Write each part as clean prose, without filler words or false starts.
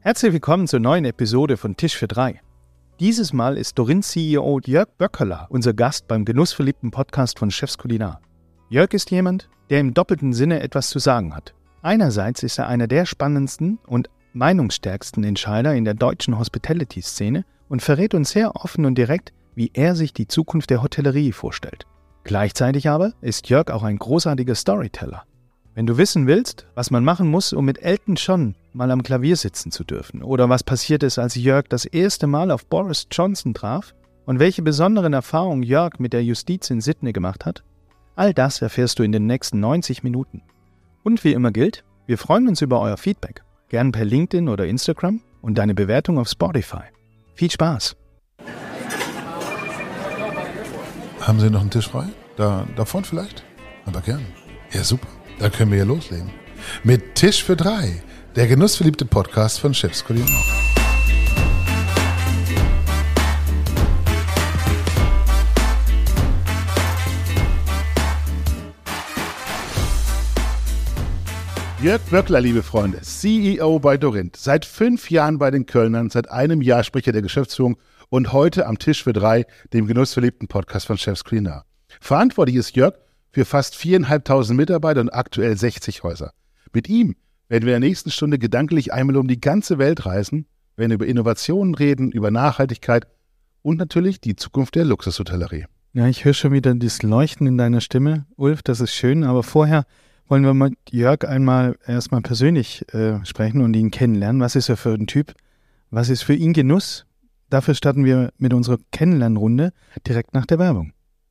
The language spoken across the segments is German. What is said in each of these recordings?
Herzlich willkommen zur neuen Episode von Tisch für drei. Dieses Mal ist Dorint-CEO Jörg Böckeler unser Gast beim genussverliebten Podcast von Chefs Culinar. Jörg ist jemand, der im doppelten Sinne etwas zu sagen hat. Einerseits ist er einer der spannendsten und meinungsstärksten Entscheider in der deutschen Hospitality-Szene und verrät uns sehr offen und direkt, wie er sich die Zukunft der Hotellerie vorstellt. Gleichzeitig aber ist Jörg auch ein großartiger Storyteller. Wenn du wissen willst, was man machen muss, um mit Elton John mal am Klavier sitzen zu dürfen, oder was passiert ist, als Jörg das erste Mal auf Boris Johnson traf und welche besonderen Erfahrungen Jörg mit der Justiz in Sydney gemacht hat, all das erfährst du in den nächsten 90 Minuten. Und wie immer gilt, wir freuen uns über euer Feedback, gern per LinkedIn oder Instagram und deine Bewertung auf Spotify. Viel Spaß! Haben Sie noch einen Tisch frei? Da vorne vielleicht? Aber gern. Ja, super. Dann können wir hier loslegen. Mit Tisch für drei, der genussverliebte Podcast von Chefs Culinar. Jörg Böckeler, liebe Freunde, CEO bei Dorint. Seit 5 Jahren bei den Kölnern, seit einem Jahr Sprecher der Geschäftsführung und heute am Tisch für drei, dem genussverliebten Podcast von Chefs Culinar. Verantwortlich ist Jörg für fast 4.500 Mitarbeiter und aktuell 60 Häuser. Mit ihm werden wir in der nächsten Stunde gedanklich einmal um die ganze Welt reisen, werden über Innovationen reden, über Nachhaltigkeit und natürlich die Zukunft der Luxushotellerie. Ja, ich höre schon wieder das Leuchten in deiner Stimme, Ulf, das ist schön, aber vorher wollen wir mit Jörg erstmal persönlich sprechen und ihn kennenlernen. Was ist er für ein Typ? Was ist für ihn Genuss? Dafür starten wir mit unserer Kennenlernrunde direkt nach der Werbung.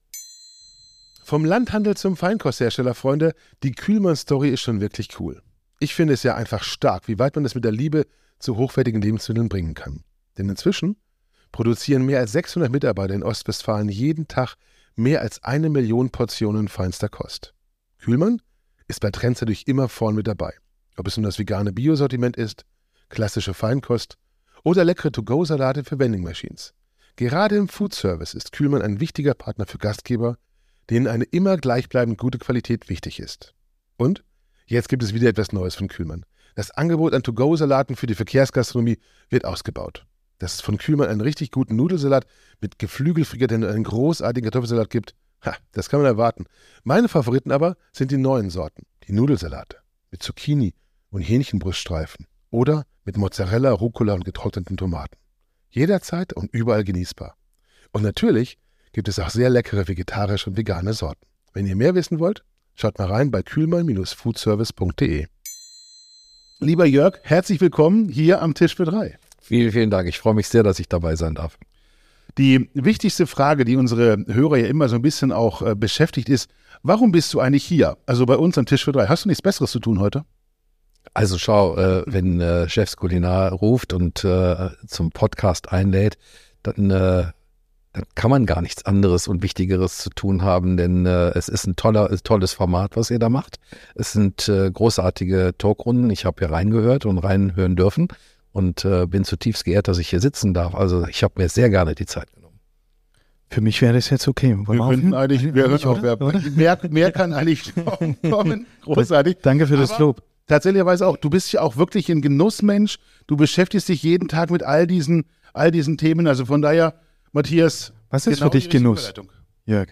Vom Landhandel zum Feinkosthersteller, Freunde, die Kühlmann-Story ist schon wirklich cool. Ich finde es ja einfach stark, wie weit man es mit der Liebe zu hochwertigen Lebensmitteln bringen kann. Denn inzwischen produzieren mehr als 600 Mitarbeiter in Ostwestfalen jeden Tag mehr als 1 Million Portionen feinster Kost. Kühlmann ist bei Trends natürlich immer vorn mit dabei. Ob es nun das vegane Biosortiment ist, klassische Feinkost oder leckere To-Go-Salate für Vending Machines. Gerade im Foodservice ist Kühlmann ein wichtiger Partner für Gastgeber, denen eine immer gleichbleibend gute Qualität wichtig ist. Und jetzt gibt es wieder etwas Neues von Kühlmann. Das Angebot an To-Go-Salaten für die Verkehrsgastronomie wird ausgebaut. Dass es von Kühlmann einen richtig guten Nudelsalat mit Geflügelfrikadellen und einen großartigen Kartoffelsalat gibt, das kann man erwarten. Meine Favoriten aber sind die neuen Sorten. Die Nudelsalate mit Zucchini und Hähnchenbruststreifen oder mit Mozzarella, Rucola und getrockneten Tomaten. Jederzeit und überall genießbar. Und natürlich gibt es auch sehr leckere vegetarische und vegane Sorten. Wenn ihr mehr wissen wollt, schaut mal rein bei kühlmann-foodservice.de. Lieber Jörg, herzlich willkommen hier am Tisch für drei. Vielen, vielen Dank. Ich freue mich sehr, dass ich dabei sein darf. Die wichtigste Frage, die unsere Hörer ja immer so ein bisschen auch beschäftigt, ist, warum bist du eigentlich hier? Also bei uns am Tisch für drei. Hast du nichts Besseres zu tun heute? Also schau, wenn Chefs Culinar ruft und zum Podcast einlädt, dann kann man gar nichts anderes und Wichtigeres zu tun haben, denn es ist ein tolles Format, was ihr da macht. Es sind großartige Talkrunden. Ich habe hier reingehört und reinhören dürfen und bin zutiefst geehrt, dass ich hier sitzen darf. Also ich habe mir sehr gerne die Zeit genommen. Für mich wäre das jetzt okay. Wir könnten eigentlich, mehr kann eigentlich kommen. Großartig. Danke für das Lob. Tatsächlicherweise auch, du bist ja auch wirklich ein Genussmensch. Du beschäftigst dich jeden Tag mit all diesen Themen. Also von daher, Matthias, was ist für dich Genuss, Jörg?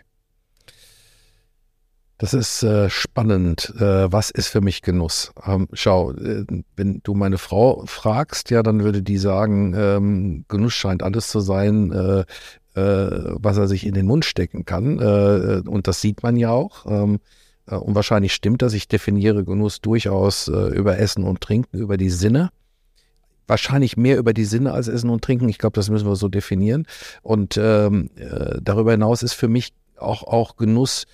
Das ist spannend. Was ist für mich Genuss? Schau, wenn du meine Frau fragst, ja, dann würde die sagen, Genuss scheint alles zu sein, was er sich in den Mund stecken kann. Und das sieht man ja auch. Und wahrscheinlich stimmt das. Ich definiere Genuss durchaus über Essen und Trinken, über die Sinne. Wahrscheinlich mehr über die Sinne als Essen und Trinken. Ich glaube, das müssen wir so definieren. Und darüber hinaus ist für mich auch Genuss,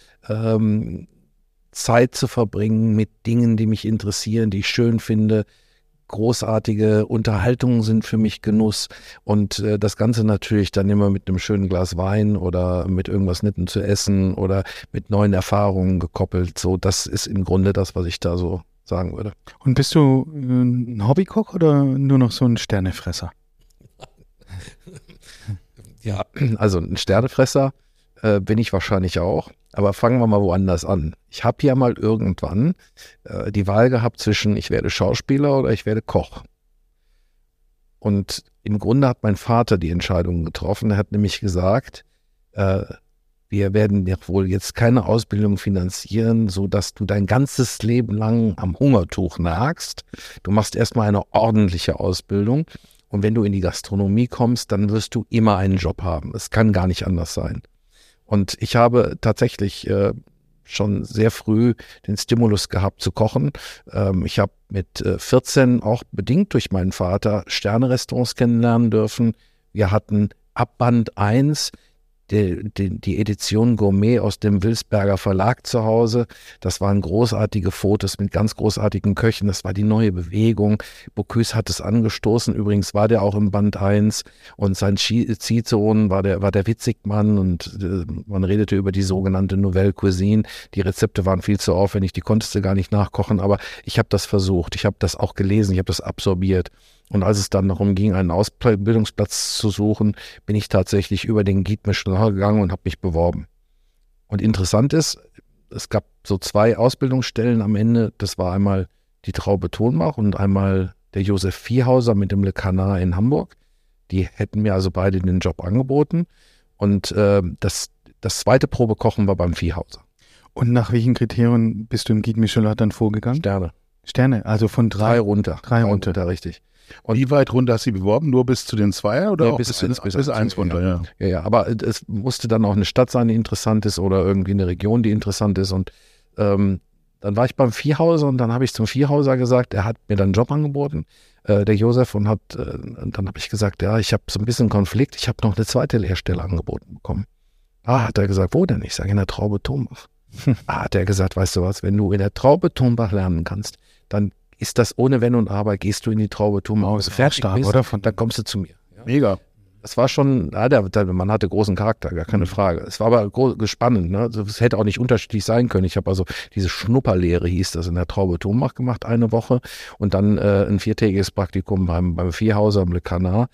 Zeit zu verbringen mit Dingen, die mich interessieren, die ich schön finde. Großartige Unterhaltungen sind für mich Genuss. Und das Ganze natürlich dann immer mit einem schönen Glas Wein oder mit irgendwas Nettem zu essen oder mit neuen Erfahrungen gekoppelt. So, das ist im Grunde das, was ich da so sagen würde. Und bist du ein Hobbykoch oder nur noch so ein Sternefresser? Ja, also ein Sternefresser bin ich wahrscheinlich auch. Aber fangen wir mal woanders an. Ich habe ja mal irgendwann die Wahl gehabt zwischen ich werde Schauspieler oder ich werde Koch. Und im Grunde hat mein Vater die Entscheidung getroffen. Er hat nämlich gesagt, wir werden ja wohl jetzt keine Ausbildung finanzieren, sodass du dein ganzes Leben lang am Hungertuch nagst. Du machst erstmal eine ordentliche Ausbildung und wenn du in die Gastronomie kommst, dann wirst du immer einen Job haben. Es kann gar nicht anders sein. Und ich habe tatsächlich schon sehr früh den Stimulus gehabt zu kochen. Ich habe mit 14 auch bedingt durch meinen Vater Sterne-Restaurants kennenlernen dürfen. Wir hatten ab Band 1 die Edition Gourmet aus dem Wilsberger Verlag zu Hause. Das waren großartige Fotos mit ganz großartigen Köchen. Das war die neue Bewegung. Bocuse hat es angestoßen. Übrigens war der auch im Band 1 und sein Ziehsohn war der Witzigmann und man redete über die sogenannte Nouvelle Cuisine. Die Rezepte waren viel zu aufwendig, die konntest du gar nicht nachkochen, aber ich habe das versucht. Ich habe das auch gelesen, ich habe das absorbiert. Und als es dann darum ging, einen Ausbildungsplatz zu suchen, bin ich tatsächlich über den Guide Michelin gegangen und habe mich beworben. Und interessant ist, es gab so 2 Ausbildungsstellen am Ende. Das war einmal die Traube Tonbach und einmal der Josef Viehhauser mit dem Le Canard in Hamburg. Die hätten mir also beide den Job angeboten. Und das zweite Probekochen war beim Viehhauser. Und nach welchen Kriterien bist du im Guide Michelin dann vorgegangen? Sterne, also von 3 runter. 3 runter, richtig. Und wie weit runter hast du sie beworben? Nur bis zu den 2er oder ja, auch bis 1 runter? Ja, aber es musste dann auch eine Stadt sein, die interessant ist oder irgendwie eine Region, die interessant ist. Und dann war ich beim Viehhauser und dann habe ich zum Viehhauser gesagt, er hat mir dann einen Job angeboten, der Josef, und dann habe ich gesagt, ja, ich habe so ein bisschen Konflikt, ich habe noch eine zweite Lehrstelle angeboten bekommen. Hat er gesagt, wo denn? Ich sage, in der Traube Tonbach. Hat er gesagt, weißt du was, wenn du in der Traube Tonbach lernen kannst, dann ist das ohne Wenn und Aber, gehst du in die Traube Tonbach. Ist fertig bist, oder? Dann kommst du zu mir. Ja. Mega. Das war schon, der Mann hatte großen Charakter, gar keine Frage. Es war aber spannend, ne? Es hätte auch nicht unterschiedlich sein können. Ich habe also diese Schnupperlehre, hieß das, in der Traube Tonbach gemacht, eine Woche und dann ein 4-tägiges Praktikum beim Viehhauser am Le Canard.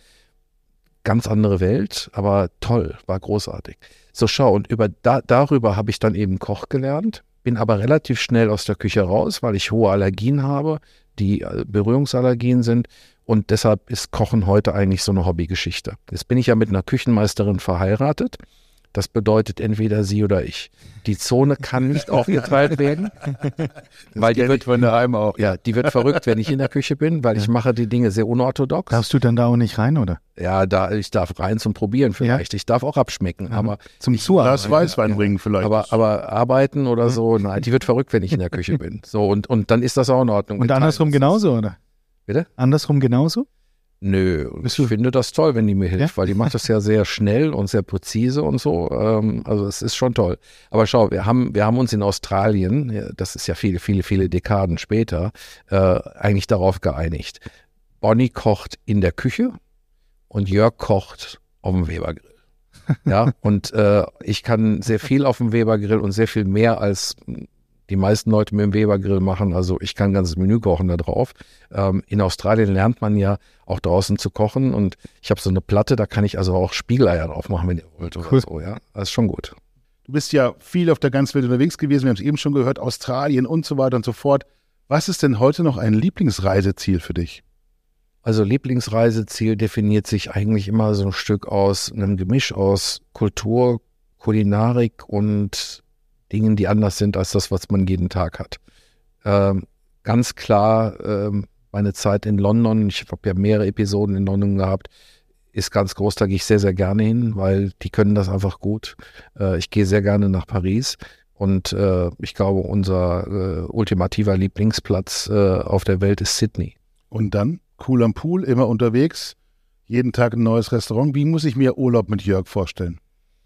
Ganz andere Welt, aber toll, war großartig. So, schau, und darüber habe ich dann eben Koch gelernt, bin aber relativ schnell aus der Küche raus, weil ich hohe Allergien habe, die Berührungsallergien sind. Und deshalb ist Kochen heute eigentlich so eine Hobbygeschichte. Jetzt bin ich ja mit einer Küchenmeisterin verheiratet. Das bedeutet entweder sie oder ich. Die Zone kann nicht aufgeteilt werden, weil die wird von daheim auch. Ja, die wird verrückt, wenn ich in der Küche bin, weil ich mache die Dinge sehr unorthodox. Darfst du dann da auch nicht rein, oder? Ja, ich darf rein zum Probieren vielleicht. Ja. Ich darf auch abschmecken, aber zum Zuarbeiten. Das Weißwein bringen vielleicht. Aber arbeiten oder so, nein, die wird verrückt, wenn ich in der Küche bin. So, und dann ist das auch in Ordnung. Und andersrum genauso, oder? Bitte? Andersrum genauso? Nö, ich finde das toll, wenn die mir hilft, weil die macht das ja sehr schnell und sehr präzise und so. Also es ist schon toll. Aber schau, wir haben uns in Australien, das ist ja viele, viele, viele Dekaden später, eigentlich darauf geeinigt. Bonnie kocht in der Küche und Jörg kocht auf dem Webergrill. Ja, und ich kann sehr viel auf dem Webergrill und sehr viel mehr als die meisten Leute mit dem Webergrill machen. Also ich kann ein ganzes Menü kochen da drauf. In Australien lernt man ja auch draußen zu kochen und ich habe so eine Platte, da kann ich also auch Spiegeleier drauf machen, wenn ihr wollt oder so. Ja, das ist schon gut. Du bist ja viel auf der ganzen Welt unterwegs gewesen, wir haben es eben schon gehört, Australien und so weiter und so fort. Was ist denn heute noch ein Lieblingsreiseziel für dich? Also Lieblingsreiseziel definiert sich eigentlich immer so ein Stück aus einem Gemisch aus Kultur, Kulinarik und Dingen, die anders sind als das, was man jeden Tag hat. Ganz klar, meine Zeit in London, ich habe ja mehrere Episoden in London gehabt, ist ganz groß, da gehe ich sehr, sehr gerne hin, weil die können das einfach gut. Ich gehe sehr gerne nach Paris und ich glaube, unser ultimativer Lieblingsplatz auf der Welt ist Sydney. Und dann? Cool am Pool, immer unterwegs, jeden Tag ein neues Restaurant. Wie muss ich mir Urlaub mit Jörg vorstellen?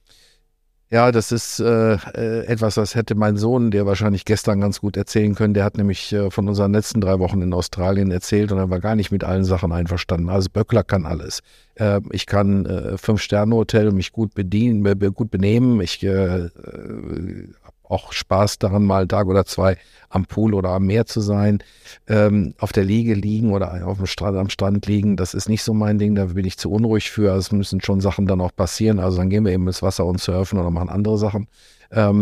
Ja, das ist etwas, das hätte mein Sohn, der wahrscheinlich gestern ganz gut erzählen können. Der hat nämlich von unseren letzten 3 Wochen in Australien erzählt und er war gar nicht mit allen Sachen einverstanden. Also Böckler kann alles. Ich kann 5-Sterne-Hotel mich gut benehmen. Ich habe auch Spaß daran, mal einen Tag oder 2 am Pool oder am Meer zu sein. Auf der Liege liegen oder auf dem Strand, am Strand liegen, das ist nicht so mein Ding, da bin ich zu unruhig für. Es müssen schon Sachen dann auch passieren. Also dann gehen wir eben ins Wasser und surfen oder machen andere Sachen.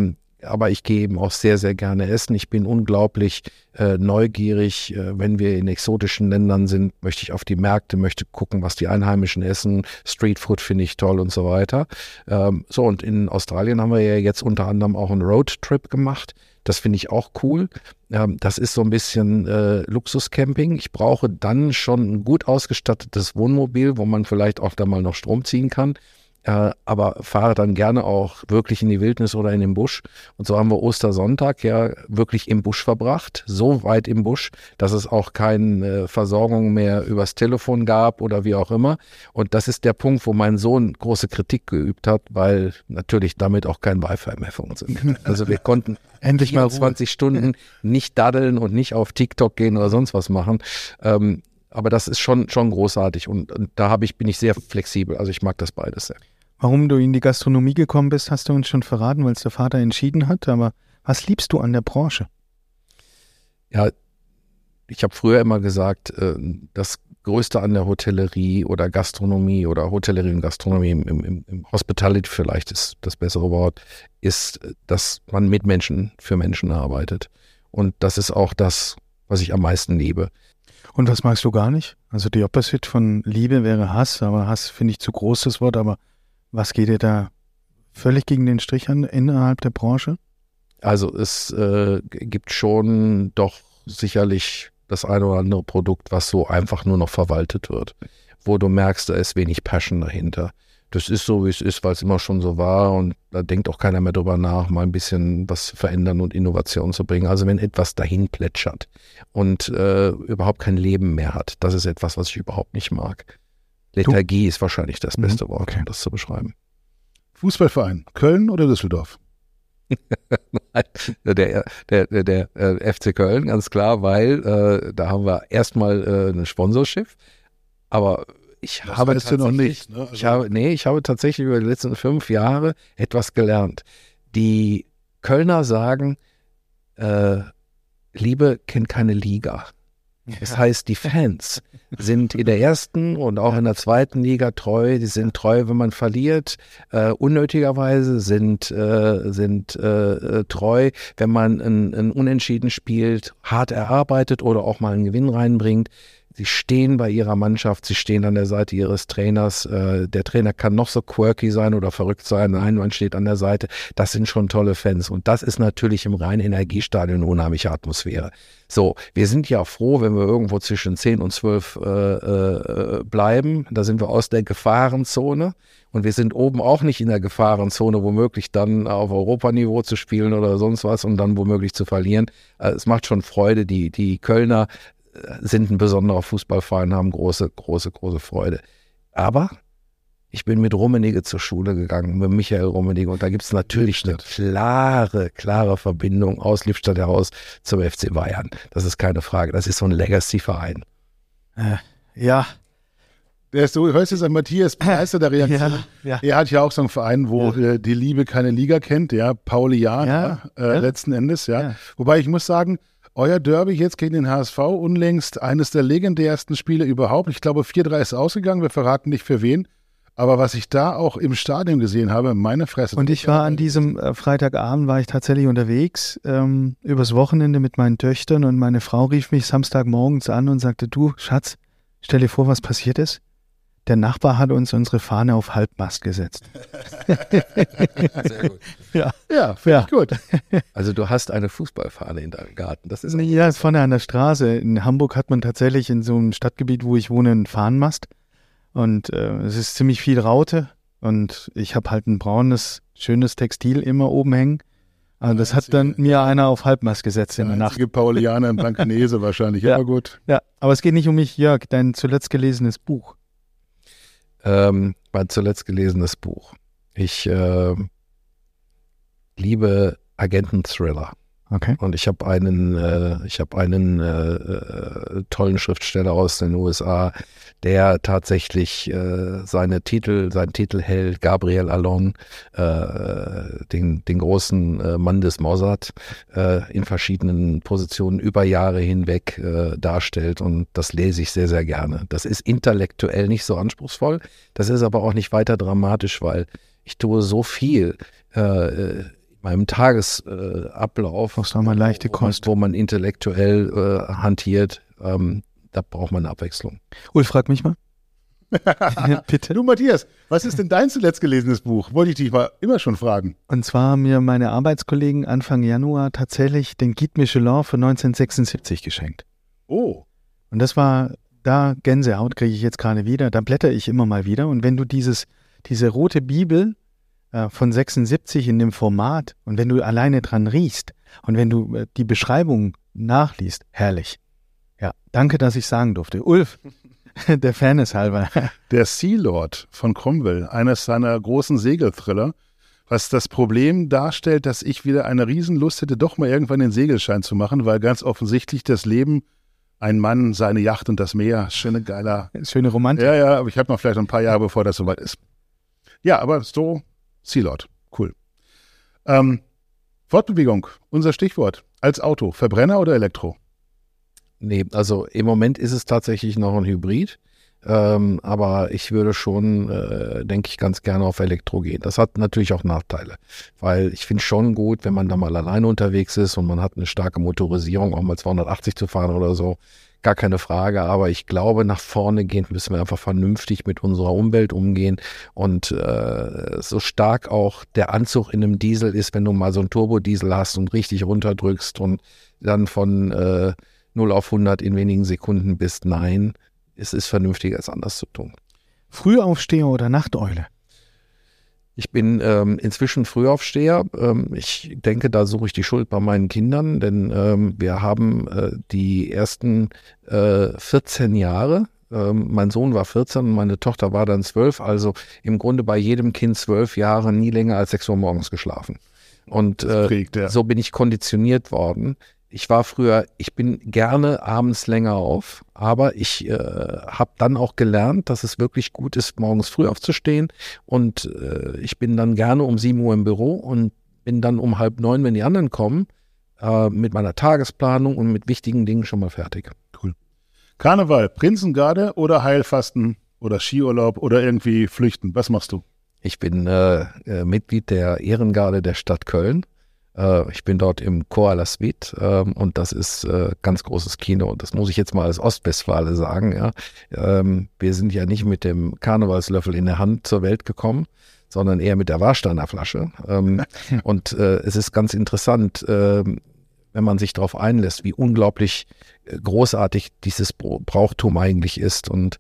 aber ich gehe eben auch sehr, sehr gerne essen. Ich bin unglaublich neugierig. Wenn wir in exotischen Ländern sind, möchte ich auf die Märkte, möchte gucken, was die Einheimischen essen. Streetfood finde ich toll und so weiter. Und in Australien haben wir ja jetzt unter anderem auch einen Roadtrip gemacht. Das finde ich auch cool. Das ist so ein bisschen Luxuscamping. Ich brauche dann schon ein gut ausgestattetes Wohnmobil, wo man vielleicht auch da mal noch Strom ziehen kann. Aber fahre dann gerne auch wirklich in die Wildnis oder in den Busch. Und so haben wir Ostersonntag ja wirklich im Busch verbracht, so weit im Busch, dass es auch keine Versorgung mehr übers Telefon gab oder wie auch immer. Und das ist der Punkt, wo mein Sohn große Kritik geübt hat, weil natürlich damit auch kein Wi-Fi mehr funktioniert. Also wir konnten endlich mal 20 Stunden nicht daddeln und nicht auf TikTok gehen oder sonst was machen. Aber das ist schon großartig und da bin ich sehr flexibel. Also ich mag das beides sehr. Warum du in die Gastronomie gekommen bist, hast du uns schon verraten, weil es der Vater entschieden hat. Aber was liebst du an der Branche? Ja, ich habe früher immer gesagt, das Größte an der Hotellerie oder Gastronomie oder Hotellerie und Gastronomie im Hospitality vielleicht ist das bessere Wort, ist, dass man mit Menschen für Menschen arbeitet. Und das ist auch das, was ich am meisten liebe. Und was magst du gar nicht? Also die Opposite von Liebe wäre Hass, aber Hass finde ich zu groß, das Wort. Aber was geht dir da völlig gegen den Strich an innerhalb der Branche? Also es gibt schon doch sicherlich das eine oder andere Produkt, was so einfach nur noch verwaltet wird, wo du merkst, da ist wenig Passion dahinter. Das ist so, wie es ist, weil es immer schon so war und da denkt auch keiner mehr drüber nach, mal ein bisschen was zu verändern und Innovation zu bringen. Also wenn etwas dahin plätschert und überhaupt kein Leben mehr hat, das ist etwas, was ich überhaupt nicht mag. Lethargie ist wahrscheinlich das beste Wort, um das zu beschreiben. Fußballverein, Köln oder Düsseldorf? Der FC Köln, ganz klar, weil da haben wir erstmal ein Sponsorship, aber ich habe tatsächlich, noch nicht, ne? Ich habe tatsächlich über die letzten 5 Jahre etwas gelernt. Die Kölner sagen, Liebe kennt keine Liga. Das heißt, die Fans sind in der ersten und auch in der zweiten Liga treu. Die sind treu, wenn man verliert. Unnötigerweise sind treu, wenn man ein Unentschieden spielt, hart erarbeitet oder auch mal einen Gewinn reinbringt. Sie stehen bei ihrer Mannschaft, sie stehen an der Seite ihres Trainers. Der Trainer kann noch so quirky sein oder verrückt sein. Nein, man steht an der Seite. Das sind schon tolle Fans. Und das ist natürlich im reinen Energiestadion eine unheimliche Atmosphäre. So, wir sind ja froh, wenn wir irgendwo zwischen 10 und 12 bleiben. Da sind wir aus der Gefahrenzone. Und wir sind oben auch nicht in der Gefahrenzone, womöglich dann auf Europaniveau zu spielen oder sonst was und dann womöglich zu verlieren. Es macht schon Freude. Die Kölner sind ein besonderer Fußballverein, haben große Freude. Aber ich bin mit Rummenigge zur Schule gegangen, mit Michael Rummenigge, und da gibt es natürlich eine klare Verbindung aus Lippstadt heraus zum FC Bayern. Das ist keine Frage. Das ist so ein Legacy-Verein. Ja. Der ist so, hörst du an Matthias Preister der Reaktion? Ja. Er hat ja auch so einen Verein, wo die Liebe keine Liga kennt, ja, Paulianer, letzten Endes, ja. Wobei ich muss sagen, euer Derby jetzt gegen den HSV, unlängst eines der legendärsten Spiele überhaupt. Ich glaube, 4-3 ist ausgegangen, wir verraten nicht für wen. Aber was ich da auch im Stadion gesehen habe, meine Fresse. Und ich war an diesem Freitagabend, war ich tatsächlich unterwegs, übers Wochenende mit meinen Töchtern, und meine Frau rief mich Samstagmorgens an und sagte, du Schatz, stell dir vor, was passiert ist. Der Nachbar hat uns unsere Fahne auf Halbmast gesetzt. Sehr gut. Ja, gut. Also du hast eine Fußballfahne in deinem Garten. Das ist ja, ist vorne an der Straße. In Hamburg hat man tatsächlich in so einem Stadtgebiet, wo ich wohne, einen Fahnenmast. Und es ist ziemlich viel Raute. Und ich habe halt ein braunes, schönes Textil immer oben hängen. Also das hat dann mir einer auf Halbmast gesetzt in der Nacht. Paulianer in Blankenese wahrscheinlich. Ja. Aber gut. Ja, aber es geht nicht um mich, Jörg, dein zuletzt gelesenes Buch. Mein zuletzt gelesenes Buch. Ich liebe Agenten-Thriller. Okay. Und ich habe einen tollen Schriftsteller aus den USA, der tatsächlich seinen Titelheld Gabriel Allon, den großen Mann des Mossad, in verschiedenen Positionen über Jahre hinweg darstellt. Und das lese ich sehr, sehr gerne. Das ist intellektuell nicht so anspruchsvoll. Das ist aber auch nicht weiter dramatisch, weil ich tue so viel in meinem Tagesablauf, Brauchst du auch mal leichte Kost. wo man intellektuell hantiert, da braucht man eine Abwechslung. Ulf, frag mich mal. Bitte. Du, Matthias, was ist denn dein zuletzt gelesenes Buch? Wollte ich dich mal immer schon fragen. Und zwar haben mir meine Arbeitskollegen Anfang Januar tatsächlich den Guide Michelin von 1976 geschenkt. Oh. Und das war, da Gänsehaut kriege ich jetzt gerade wieder, da blätter ich immer mal wieder. Und wenn du diese rote Bibel von 76 in dem Format und wenn du alleine dran riechst und wenn du die Beschreibung nachliest, herrlich. Ja, danke, dass ich sagen durfte. Ulf, der Fairness halber. Der Sea Lord von Cromwell, eines seiner großen Segelthriller, was das Problem darstellt, dass ich wieder eine Riesenlust hätte, doch mal irgendwann den Segelschein zu machen, weil ganz offensichtlich das Leben, ein Mann, seine Yacht und das Meer, schöne Romantik. Ja, aber ich habe noch vielleicht ein paar Jahre, bevor das soweit ist. Ja, aber so, Sea Lord, cool. Fortbewegung, unser Stichwort. Als Auto, Verbrenner oder Elektro? Nee, also im Moment ist es tatsächlich noch ein Hybrid, aber ich würde schon, denke ich, ganz gerne auf Elektro gehen. Das hat natürlich auch Nachteile, weil ich finde es schon gut, wenn man da mal alleine unterwegs ist und man hat eine starke Motorisierung, auch mal 280 zu fahren oder so, gar keine Frage, aber ich glaube, nach vorne gehend müssen wir einfach vernünftig mit unserer Umwelt umgehen und so stark auch der Anzug in einem Diesel ist, wenn du mal so einen Turbodiesel hast und richtig runterdrückst und dann von 0 auf 100 in wenigen Sekunden bist. Nein, es ist vernünftiger, es anders zu tun. Frühaufsteher oder Nachteule? Ich bin inzwischen Frühaufsteher. Ich denke, da suche ich die Schuld bei meinen Kindern, denn wir haben die ersten 14 Jahre, mein Sohn war 14 und meine Tochter war dann 12, also im Grunde bei jedem Kind 12 Jahre nie länger als 6 Uhr morgens geschlafen. Und so bin ich konditioniert worden. Ich bin gerne abends länger auf, aber ich habe dann auch gelernt, dass es wirklich gut ist, morgens früh aufzustehen und ich bin dann gerne um 7 Uhr im Büro und bin dann um 8:30, wenn die anderen kommen, mit meiner Tagesplanung und mit wichtigen Dingen schon mal fertig. Cool. Karneval, Prinzengarde oder Heilfasten oder Skiurlaub oder irgendwie flüchten? Was machst du? Ich bin Mitglied der Ehrengarde der Stadt Köln. Ich bin dort im Chor à la Suite und das ist ganz großes Kino. Das muss ich jetzt mal als Ostwestfale sagen. Ja. Wir sind ja nicht mit dem Karnevalslöffel in der Hand zur Welt gekommen, sondern eher mit der Warsteiner Flasche. Und es ist ganz interessant, wenn man sich darauf einlässt, wie unglaublich großartig dieses Brauchtum eigentlich ist. Und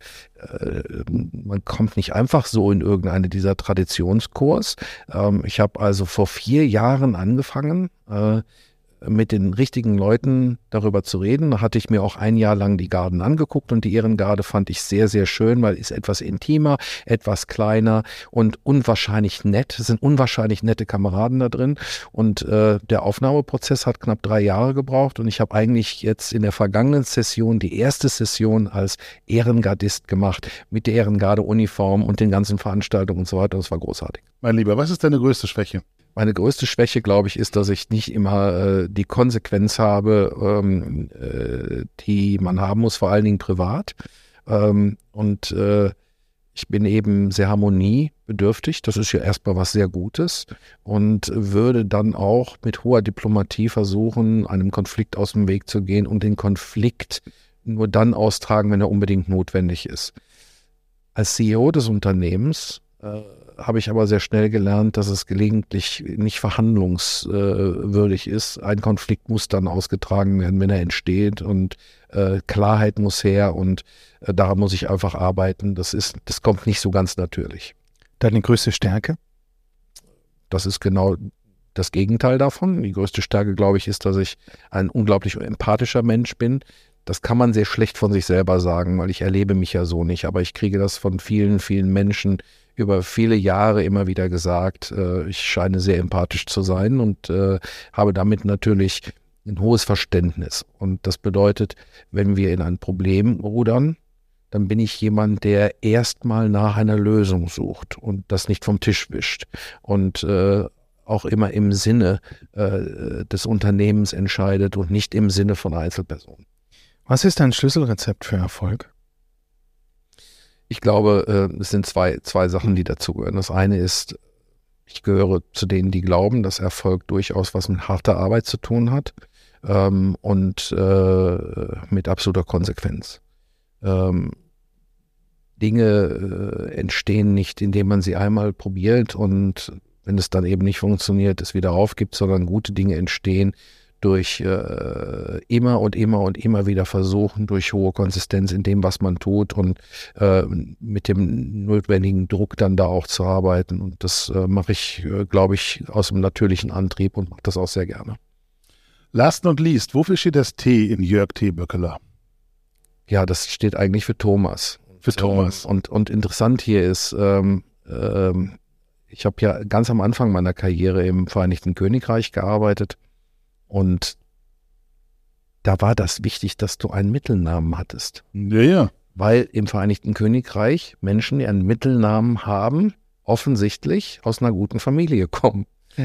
man kommt nicht einfach so in irgendeine dieser Traditionskurs. Ich habe also vor 4 Jahren angefangen, mit den richtigen Leuten darüber zu reden. Da hatte ich mir auch 1 Jahr lang die Garden angeguckt und die Ehrengarde fand ich sehr, sehr schön, weil ist etwas intimer, etwas kleiner und unwahrscheinlich nett. Es sind unwahrscheinlich nette Kameraden da drin und der Aufnahmeprozess hat knapp 3 Jahre gebraucht und ich habe eigentlich jetzt in der vergangenen Session die erste Session als Ehrengardist gemacht mit der Ehrengarde-Uniform und den ganzen Veranstaltungen und so weiter. Das war großartig. Mein Lieber, was ist deine größte Schwäche? Meine größte Schwäche, glaube ich, ist, dass ich nicht immer die Konsequenz habe, die man haben muss, vor allen Dingen privat. Ich bin eben sehr harmoniebedürftig. Das ist ja erstmal was sehr Gutes und würde dann auch mit hoher Diplomatie versuchen, einem Konflikt aus dem Weg zu gehen und den Konflikt nur dann austragen, wenn er unbedingt notwendig ist. Als CEO des Unternehmens habe ich aber sehr schnell gelernt, dass es gelegentlich nicht verhandlungswürdig ist. Ein Konflikt muss dann ausgetragen werden, wenn er entsteht und Klarheit muss her und daran muss ich einfach arbeiten. Das kommt nicht so ganz natürlich. Deine größte Stärke? Das ist genau das Gegenteil davon. Die größte Stärke, glaube ich, ist, dass ich ein unglaublich empathischer Mensch bin. Das kann man sehr schlecht von sich selber sagen, weil ich erlebe mich ja so nicht. Aber ich kriege das von vielen, vielen Menschen über viele Jahre immer wieder gesagt. Ich scheine sehr empathisch zu sein und habe damit natürlich ein hohes Verständnis. Und das bedeutet, wenn wir in ein Problem rudern, dann bin ich jemand, der erstmal nach einer Lösung sucht und das nicht vom Tisch wischt. Und auch immer im Sinne des Unternehmens entscheidet und nicht im Sinne von Einzelpersonen. Was ist dein Schlüsselrezept für Erfolg? Ich glaube, es sind zwei Sachen, die dazugehören. Das eine ist Ich gehöre zu denen, die glauben, dass Erfolg durchaus was mit harter Arbeit zu tun hat und mit absoluter Konsequenz. Dinge entstehen nicht, indem man sie einmal probiert und wenn es dann eben nicht funktioniert, es wieder aufgibt, sondern gute Dinge entstehen durch immer und immer und immer wieder versuchen, durch hohe Konsistenz in dem, was man tut und mit dem notwendigen Druck dann da auch zu arbeiten. Und das mache ich, glaube ich, aus dem natürlichen Antrieb und mache das auch sehr gerne. Last not least, wofür steht das T in Jörg T. Böckeler? Ja, das steht eigentlich für Thomas. Für Thomas. Und interessant hier ist, ich habe ja ganz am Anfang meiner Karriere im Vereinigten Königreich gearbeitet und da war das wichtig, dass du einen Mittelnamen hattest. Ja. Weil im Vereinigten Königreich Menschen, die einen Mittelnamen haben, offensichtlich aus einer guten Familie kommen.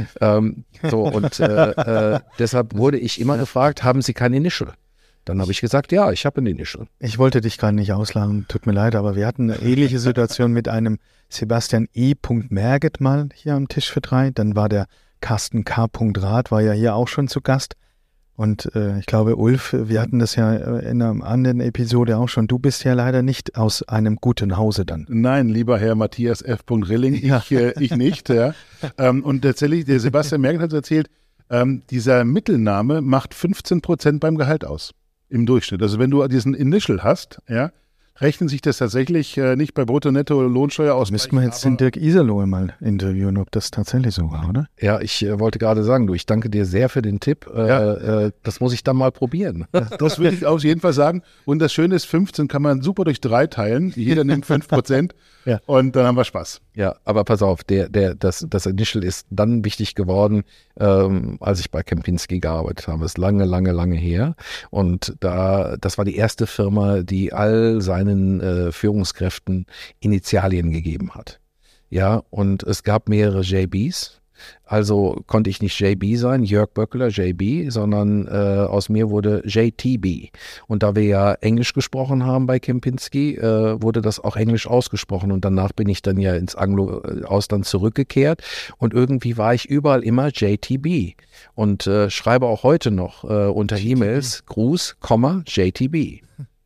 Deshalb wurde ich immer gefragt, haben Sie kein Initial? Dann habe ich gesagt, ja, ich habe ein Initial. Ich wollte dich gerade nicht auslachen, tut mir leid, aber wir hatten eine ähnliche Situation mit einem Sebastian E. Merget mal hier am Tisch für drei. Dann war der Carsten K. Rath, war ja hier auch schon zu Gast. Und ich glaube, Ulf, wir hatten das ja in einer anderen Episode auch schon. Du bist ja leider nicht aus einem guten Hause dann. Nein, lieber Herr Matthias F. Rilling, ich nicht. Ja. Und tatsächlich, der Sebastian Merget hat erzählt, dieser Mittelname macht 15% beim Gehalt aus. Im Durchschnitt. Also wenn du diesen Initial hast, ja, rechnen sich das tatsächlich nicht bei Brutto-Netto-Lohnsteuer aus. Müssten wir jetzt den Dirk Iserloh mal interviewen, ob das tatsächlich so war, oder? Ja, ich wollte gerade sagen, ich danke dir sehr für den Tipp. Das muss ich dann mal probieren. Das würde ich auf jeden Fall sagen. Und das Schöne ist, 15 kann man super durch 3 teilen. Jeder nimmt 5%. Ja. Und dann haben wir Spaß. Ja, aber pass auf, das Initial ist dann wichtig geworden, als ich bei Kempinski gearbeitet habe. Das ist lange, lange, lange her. Und das war die erste Firma, die all seinen Führungskräften Initialien gegeben hat. Ja, und es gab mehrere JBs. Also konnte ich nicht JB sein, Jörg Böckeler, JB, sondern aus mir wurde JTB. Und da wir ja Englisch gesprochen haben bei Kempinski, wurde das auch Englisch ausgesprochen. Und danach bin ich dann ja ins Anglo-Ausland zurückgekehrt. Und irgendwie war ich überall immer JTB. Und schreibe auch heute noch unter E-Mails Gruß, JTB.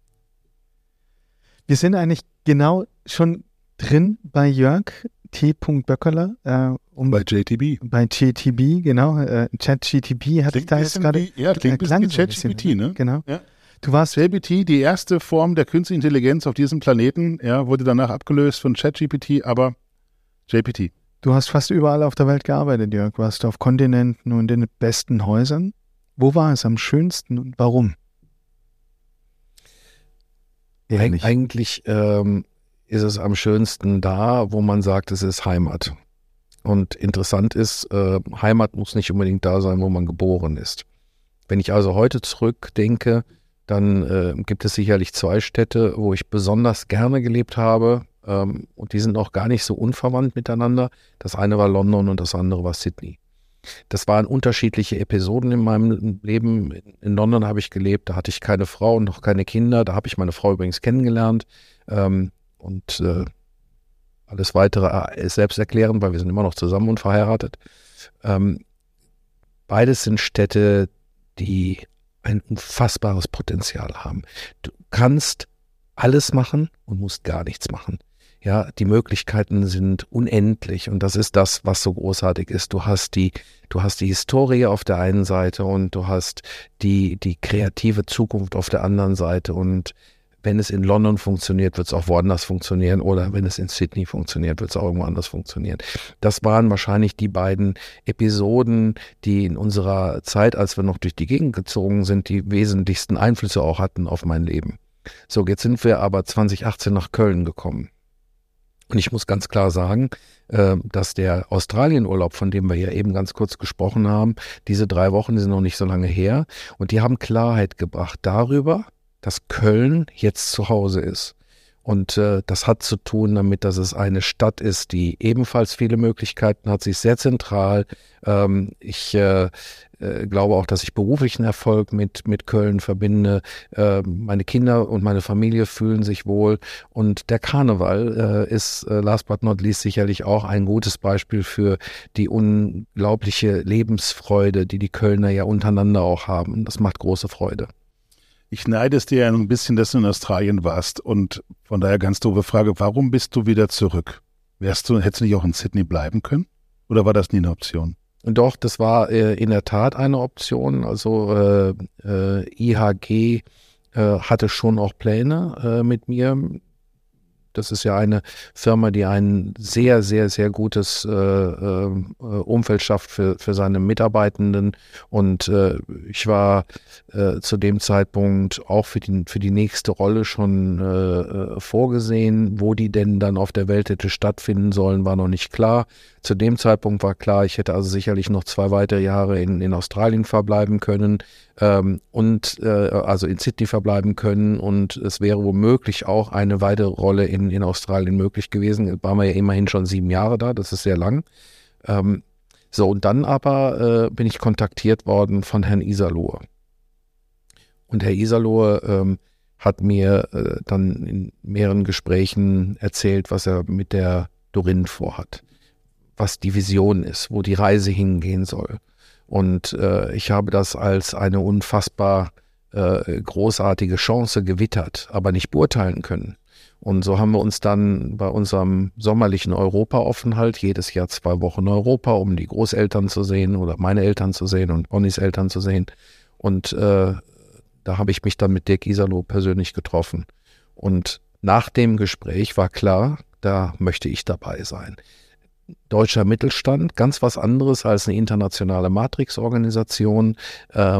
Wir sind eigentlich genau schon drin bei Jörg T. Böckeler. Bei JTB. Bei JTB, genau. ChatGTP hatte ich da jetzt gerade. Ja, klingt ein bisschen wie ChatGPT, ne? Genau. Ja. Du warst JGPT, die erste Form der künstlichen Intelligenz auf diesem Planeten, ja, wurde danach abgelöst von ChatGPT, aber JPT. Du hast fast überall auf der Welt gearbeitet, Jörg. Warst auf Kontinenten und in den besten Häusern. Wo war es am schönsten und warum? Eigentlich ist es am schönsten da, wo man sagt, es ist Heimat. Und interessant ist, Heimat muss nicht unbedingt da sein, wo man geboren ist. Wenn ich also heute zurückdenke, dann gibt es sicherlich 2 Städte, wo ich besonders gerne gelebt habe. Und die sind auch gar nicht so unverwandt miteinander. Das eine war London und das andere war Sydney. Das waren unterschiedliche Episoden in meinem Leben. In London habe ich gelebt, da hatte ich keine Frau und noch keine Kinder. Da habe ich meine Frau übrigens kennengelernt. Und alles Weitere ist selbsterklärend, weil wir sind immer noch zusammen und verheiratet. Beides sind Städte, die ein unfassbares Potenzial haben. Du kannst alles machen und musst gar nichts machen. Ja, die Möglichkeiten sind unendlich und das ist das, was so großartig ist. Du hast die Historie auf der einen Seite und du hast die kreative Zukunft auf der anderen Seite und wenn es in London funktioniert, wird es auch woanders funktionieren oder wenn es in Sydney funktioniert, wird es auch irgendwo anders funktionieren. Das waren wahrscheinlich die beiden Episoden, die in unserer Zeit, als wir noch durch die Gegend gezogen sind, die wesentlichsten Einflüsse auch hatten auf mein Leben. So, jetzt sind wir aber 2018 nach Köln gekommen. Und ich muss ganz klar sagen, dass der Australienurlaub, von dem wir ja eben ganz kurz gesprochen haben, diese 3 Wochen die sind noch nicht so lange her und die haben Klarheit gebracht darüber, dass Köln jetzt zu Hause ist. Und das hat zu tun damit, dass es eine Stadt ist, die ebenfalls viele Möglichkeiten hat. Sie ist sehr zentral. Ich glaube auch, dass ich beruflichen Erfolg mit Köln verbinde. Meine Kinder und meine Familie fühlen sich wohl. Und der Karneval ist last but not least sicherlich auch ein gutes Beispiel für die unglaubliche Lebensfreude, die Kölner ja untereinander auch haben. Das macht große Freude. Ich neide es dir ja ein bisschen, dass du in Australien warst und von daher ganz doofe Frage, warum bist du wieder zurück? Hättest du nicht auch in Sydney bleiben können? Oder war das nie eine Option? Doch, das war in der Tat eine Option. Also IHG hatte schon auch Pläne mit mir. Das ist ja eine Firma, die ein sehr, sehr, sehr gutes Umfeld schafft für seine Mitarbeitenden. Und ich war zu dem Zeitpunkt auch für die nächste Rolle schon vorgesehen. Wo die denn dann auf der Welt hätte stattfinden sollen, war noch nicht klar. Zu dem Zeitpunkt war klar, ich hätte also sicherlich noch 2 weitere Jahre in Australien verbleiben können also in Sydney verbleiben können und es wäre womöglich auch eine weitere Rolle in Australien möglich gewesen. Waren wir ja immerhin schon 7 Jahre da, das ist sehr lang. Und dann aber bin ich kontaktiert worden von Herrn Iserlohe. Und Herr Iserlohe hat mir dann in mehreren Gesprächen erzählt, was er mit der Dorine vorhat, was die Vision ist, wo die Reise hingehen soll. Und ich habe das als eine unfassbar großartige Chance gewittert, aber nicht beurteilen können. Und so haben wir uns dann bei unserem sommerlichen Europa-Aufenthalt jedes Jahr 2 Wochen Europa, um die Großeltern zu sehen oder meine Eltern zu sehen und Bonnys Eltern zu sehen. Und da habe ich mich dann mit Dirk Iserloh persönlich getroffen. Und nach dem Gespräch war klar, da möchte ich dabei sein. Deutscher Mittelstand, ganz was anderes als eine internationale Matrix-Organisation. Da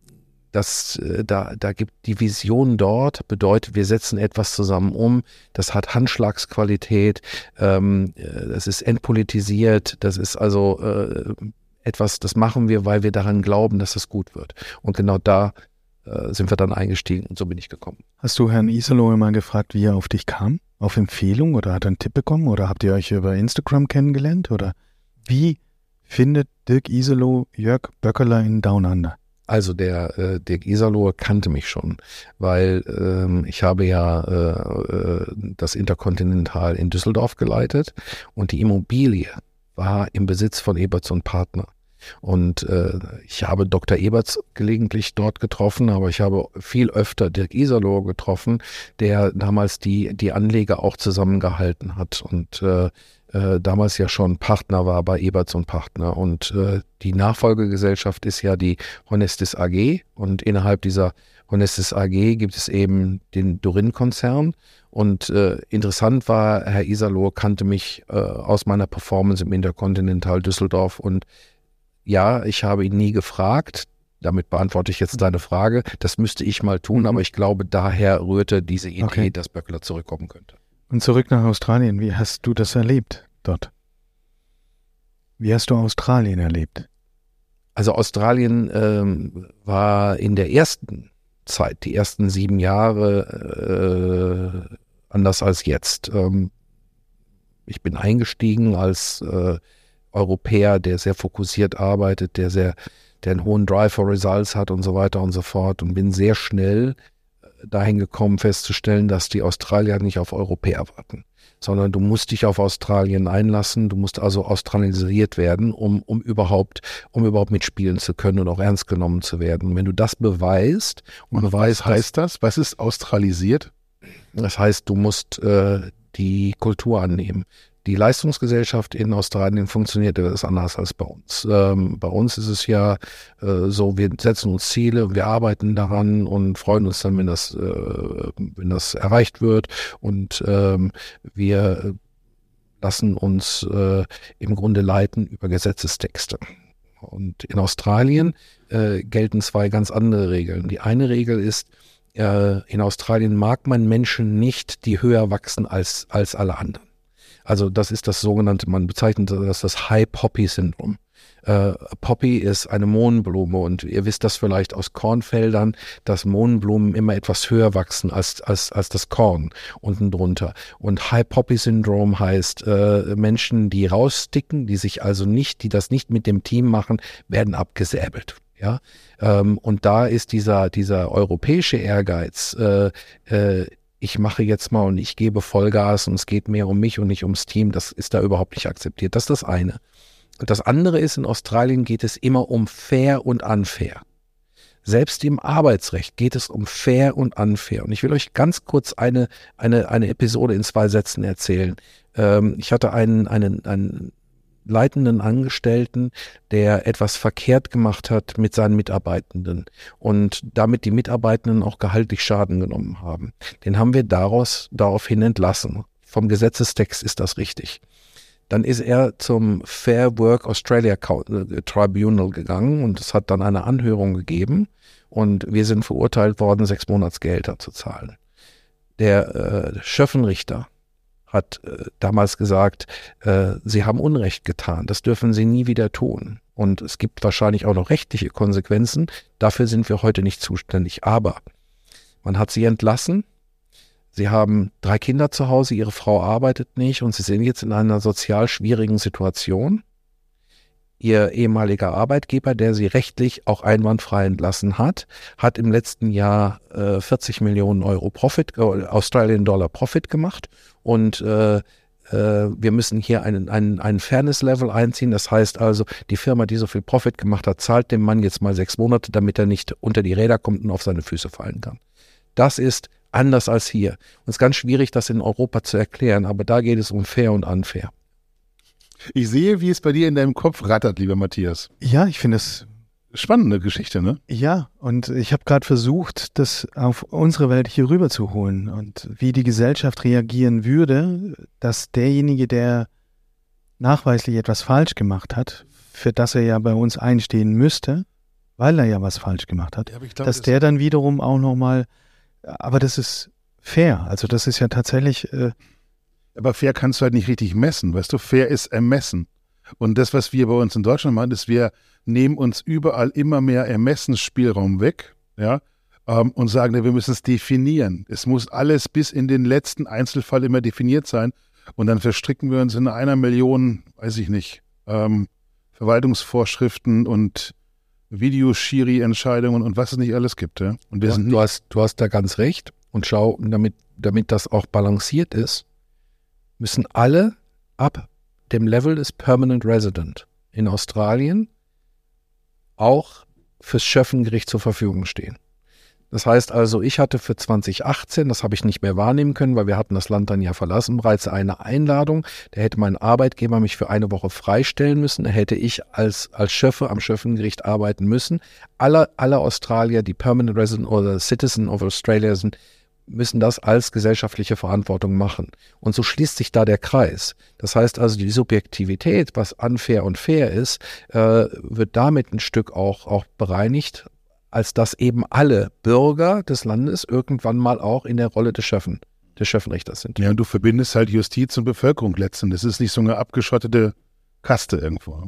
gibt die Vision dort, bedeutet, wir setzen etwas zusammen um. Das hat Handschlagsqualität, das ist entpolitisiert, das ist also etwas, das machen wir, weil wir daran glauben, dass es gut wird. Und genau da sind wir dann eingestiegen und so bin ich gekommen. Hast du Herrn Iserloh mal gefragt, wie er auf dich kam? Auf Empfehlung oder hat er einen Tipp bekommen oder habt ihr euch über Instagram kennengelernt? Oder wie findet Dirk Iserloh Jörg Böckeler in Down Under? Also der Dirk Iserloh kannte mich schon, weil ich habe ja das Intercontinental in Düsseldorf geleitet und die Immobilie war im Besitz von Eberts und Partner. Und ich habe Dr. Eberts gelegentlich dort getroffen, aber ich habe viel öfter Dirk Iserloh getroffen, der damals die Anleger auch zusammengehalten hat und damals ja schon Partner war bei Eberts und Partner. Und die Nachfolgegesellschaft ist ja die Honestis AG und innerhalb dieser Honestis AG gibt es eben den Dorine-Konzern. Und interessant war, Herr Iserloh kannte mich aus meiner Performance im Intercontinental Düsseldorf und ja, ich habe ihn nie gefragt, damit beantworte ich jetzt deine Frage, das müsste ich mal tun, aber ich glaube, daher rührte diese Idee, dass Böckler zurückkommen könnte. Und zurück nach Australien, wie hast du das erlebt dort? Wie hast du Australien erlebt? Also Australien war in der ersten Zeit, die ersten 7 Jahre anders als jetzt. Ich bin eingestiegen als Europäer, der sehr fokussiert arbeitet, der einen hohen Drive for Results hat und so weiter und so fort und bin sehr schnell dahin gekommen festzustellen, dass die Australier nicht auf Europäer warten, sondern du musst dich auf Australien einlassen, du musst also australisiert werden, um überhaupt mitspielen zu können und auch ernst genommen zu werden. Und wenn du das beweist was heißt das? Was ist australisiert? Das heißt, du musst die Kultur annehmen. Die Leistungsgesellschaft in Australien funktioniert etwas anders als bei uns. Bei uns ist es ja so, wir setzen uns Ziele, wir arbeiten daran und freuen uns dann, wenn das erreicht wird. Und wir lassen uns im Grunde leiten über Gesetzestexte. Und in Australien gelten 2 ganz andere Regeln. Die eine Regel ist, in Australien mag man Menschen nicht, die höher wachsen als alle anderen. Also das ist das sogenannte, man bezeichnet das High Poppy Syndrom. Poppy ist eine Mohnblume und ihr wisst das vielleicht aus Kornfeldern, dass Mohnblumen immer etwas höher wachsen als das Korn unten drunter. Und High Poppy Syndrome heißt, Menschen, die raussticken, die das nicht mit dem Team machen, werden abgesäbelt. Ja, und da ist dieser europäische Ehrgeiz, ich mache jetzt mal und ich gebe Vollgas und es geht mehr um mich und nicht ums Team, das ist da überhaupt nicht akzeptiert. Das ist das eine. Und das andere ist, in Australien geht es immer um fair und unfair. Selbst im Arbeitsrecht geht es um fair und unfair. Und ich will euch ganz kurz eine Episode in 2 Sätzen erzählen. Ich hatte einen leitenden Angestellten, der etwas verkehrt gemacht hat mit seinen Mitarbeitenden und damit die Mitarbeitenden auch gehaltlich Schaden genommen haben. Den haben wir daraufhin entlassen. Vom Gesetzestext ist das richtig. Dann ist er zum Fair Work Australia Tribunal gegangen und es hat dann eine Anhörung gegeben und wir sind verurteilt worden, 6 Monatsgehälter zu zahlen. Der Schöffenrichter hat damals gesagt, Sie haben Unrecht getan, das dürfen Sie nie wieder tun. Und es gibt wahrscheinlich auch noch rechtliche Konsequenzen, dafür sind wir heute nicht zuständig. Aber man hat sie entlassen. Sie haben 3 Kinder zu Hause, Ihre Frau arbeitet nicht und Sie sind jetzt in einer sozial schwierigen Situation. Ihr ehemaliger Arbeitgeber, der Sie rechtlich auch einwandfrei entlassen hat im letzten Jahr 40 Millionen Euro Australian Dollar Profit gemacht und wir müssen hier einen Fairness-Level einziehen. Das heißt also, die Firma, die so viel Profit gemacht hat, zahlt dem Mann jetzt mal 6 Monate, damit er nicht unter die Räder kommt und auf seine Füße fallen kann. Das ist anders als hier. Und es ist ganz schwierig, das in Europa zu erklären, aber da geht es um fair und unfair. Ich sehe, wie es bei dir in deinem Kopf rattert, lieber Matthias. Ja, ich finde es spannende Geschichte, ne? Ja, und ich habe gerade versucht, das auf unsere Welt hier rüber zu holen und wie die Gesellschaft reagieren würde, dass derjenige, der nachweislich etwas falsch gemacht hat, für das er ja bei uns einstehen müsste, weil er ja was falsch gemacht hat, ja, ich glaub, dass der dann wiederum auch nochmal, aber das ist fair, also das ist ja tatsächlich... aber fair kannst du halt nicht richtig messen, weißt du, fair ist ermessen. Und das, was wir bei uns in Deutschland machen, ist, wir nehmen uns überall immer mehr Ermessensspielraum weg, ja, und sagen, wir müssen es definieren. Es muss alles bis in den letzten Einzelfall immer definiert sein. Und dann verstricken wir uns in 1 Million, weiß ich nicht, Verwaltungsvorschriften und Videoschiri-Entscheidungen und was es nicht alles gibt. Ja? Und wir sind du hast da ganz recht. Und schau, damit das auch balanciert ist, müssen alle ab dem Level des Permanent Resident in Australien auch fürs Schöffengericht zur Verfügung stehen. Das heißt also, ich hatte für 2018, das habe ich nicht mehr wahrnehmen können, weil wir hatten das Land dann ja verlassen, bereits eine Einladung. Da hätte mein Arbeitgeber mich für 1 Woche freistellen müssen. Da hätte ich als Schöffe am Schöffengericht arbeiten müssen. Alle Australier, die Permanent Resident oder Citizen of Australia sind, müssen das als gesellschaftliche Verantwortung machen. Und so schließt sich da der Kreis. Das heißt also, die Subjektivität, was unfair und fair ist, wird damit ein Stück auch bereinigt, als dass eben alle Bürger des Landes irgendwann mal auch in der Rolle des Schöffenrichters sind. Ja, und du verbindest halt Justiz und Bevölkerung letztendlich. Das ist nicht so eine abgeschottete Kaste irgendwo.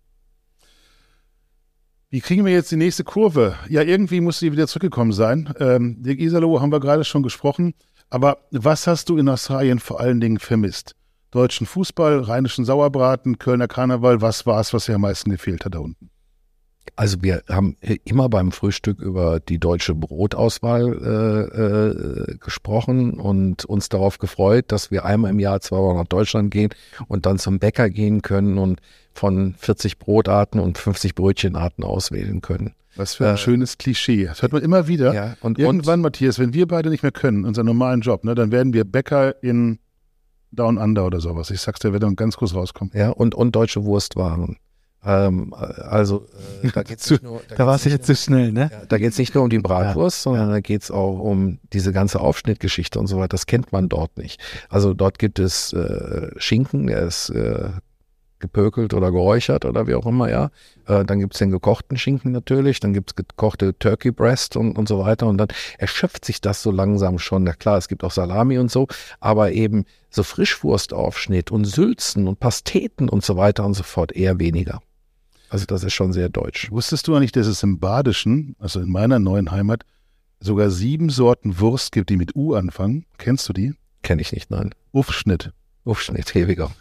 Wie kriegen wir jetzt die nächste Kurve? Ja, irgendwie muss sie wieder zurückgekommen sein. Dirk Iserloh haben wir gerade schon gesprochen. Aber was hast du in Australien vor allen Dingen vermisst? Deutschen Fußball, rheinischen Sauerbraten, Kölner Karneval, was war es, was dir am meisten gefehlt hat da unten? Also wir haben immer beim Frühstück über die deutsche Brotauswahl gesprochen und uns darauf gefreut, dass wir einmal im Jahr 2 Wochen nach Deutschland gehen und dann zum Bäcker gehen können und von 40 Brotarten und 50 Brötchenarten auswählen können. Was für ein schönes Klischee. Das hört man immer wieder. Ja, irgendwann, Matthias, wenn wir beide nicht mehr können, unseren normalen Job, ne, dann werden wir Bäcker in Down Under oder sowas. Ich sag's dir, wird dann ganz kurz rauskommen. Ja, und deutsche Wurstwaren. Da geht's nicht nur, da war es jetzt zu schnell, ne? Ja, da geht es nicht nur um die Bratwurst, sondern da geht es auch um diese ganze Aufschnittgeschichte und so weiter. Das kennt man dort nicht. Also dort gibt es Schinken, der ist gepökelt oder geräuchert oder wie auch immer, ja. Dann gibt es den gekochten Schinken natürlich, dann gibt es gekochte Turkey Breast und so weiter und dann erschöpft sich das so langsam schon. Na klar, es gibt auch Salami und so, aber eben so Frischwurstaufschnitt und Sülzen und Pasteten und so weiter und so fort eher weniger. Also das ist schon sehr deutsch. Wusstest du eigentlich, dass es im Badischen, also in meiner neuen Heimat, sogar 7 Sorten Wurst gibt, die mit U anfangen? Kennst du die? Kenne ich nicht, nein. Uffschnitt. Uffschnitt, ewiger.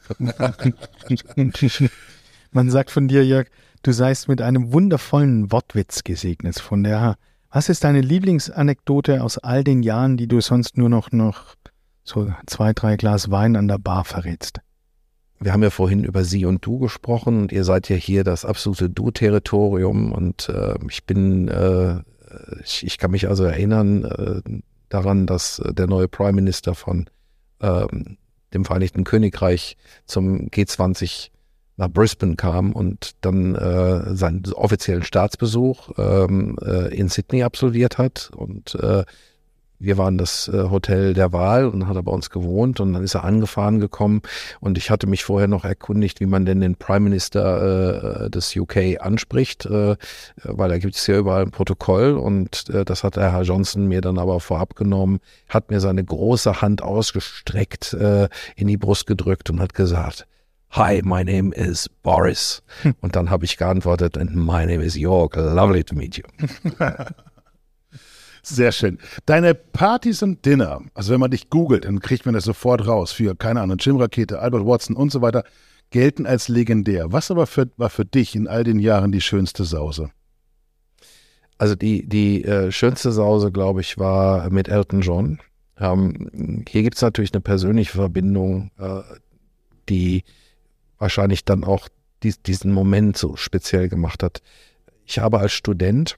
Man sagt von dir, Jörg, du seist mit einem wundervollen Wortwitz gesegnet. Von daher, was ist deine Lieblingsanekdote aus all den Jahren, die du sonst nur noch so 2, 3 Glas Wein an der Bar verrätst? Wir haben ja vorhin über Sie und Du gesprochen und ihr seid ja hier das absolute Du-Territorium und ich kann mich also erinnern daran, dass der neue Prime Minister von dem Vereinigten Königreich zum G20 nach Brisbane kam und dann seinen offiziellen Staatsbesuch in Sydney absolviert hat und wir waren das Hotel der Wahl und hat er bei uns gewohnt und dann ist er angefahren gekommen und ich hatte mich vorher noch erkundigt, wie man denn den Prime Minister des UK anspricht, weil da gibt es ja überall ein Protokoll und das hat der Herr Johnson mir dann aber vorab genommen, hat mir seine große Hand ausgestreckt, in die Brust gedrückt und hat gesagt, Hi, my name is Boris. Und dann habe ich geantwortet, and my name is Jörg, lovely to meet you. Sehr schön. Deine Partys und Dinner, also wenn man dich googelt, dann kriegt man das sofort raus für, keine Ahnung, Jim Rakete, Albert Watson und so weiter, gelten als legendär. Was aber war für dich in all den Jahren die schönste Sause? Also die schönste Sause, glaube ich, war mit Elton John. Hier gibt es natürlich eine persönliche Verbindung, die wahrscheinlich dann auch diesen Moment so speziell gemacht hat. Ich habe als Student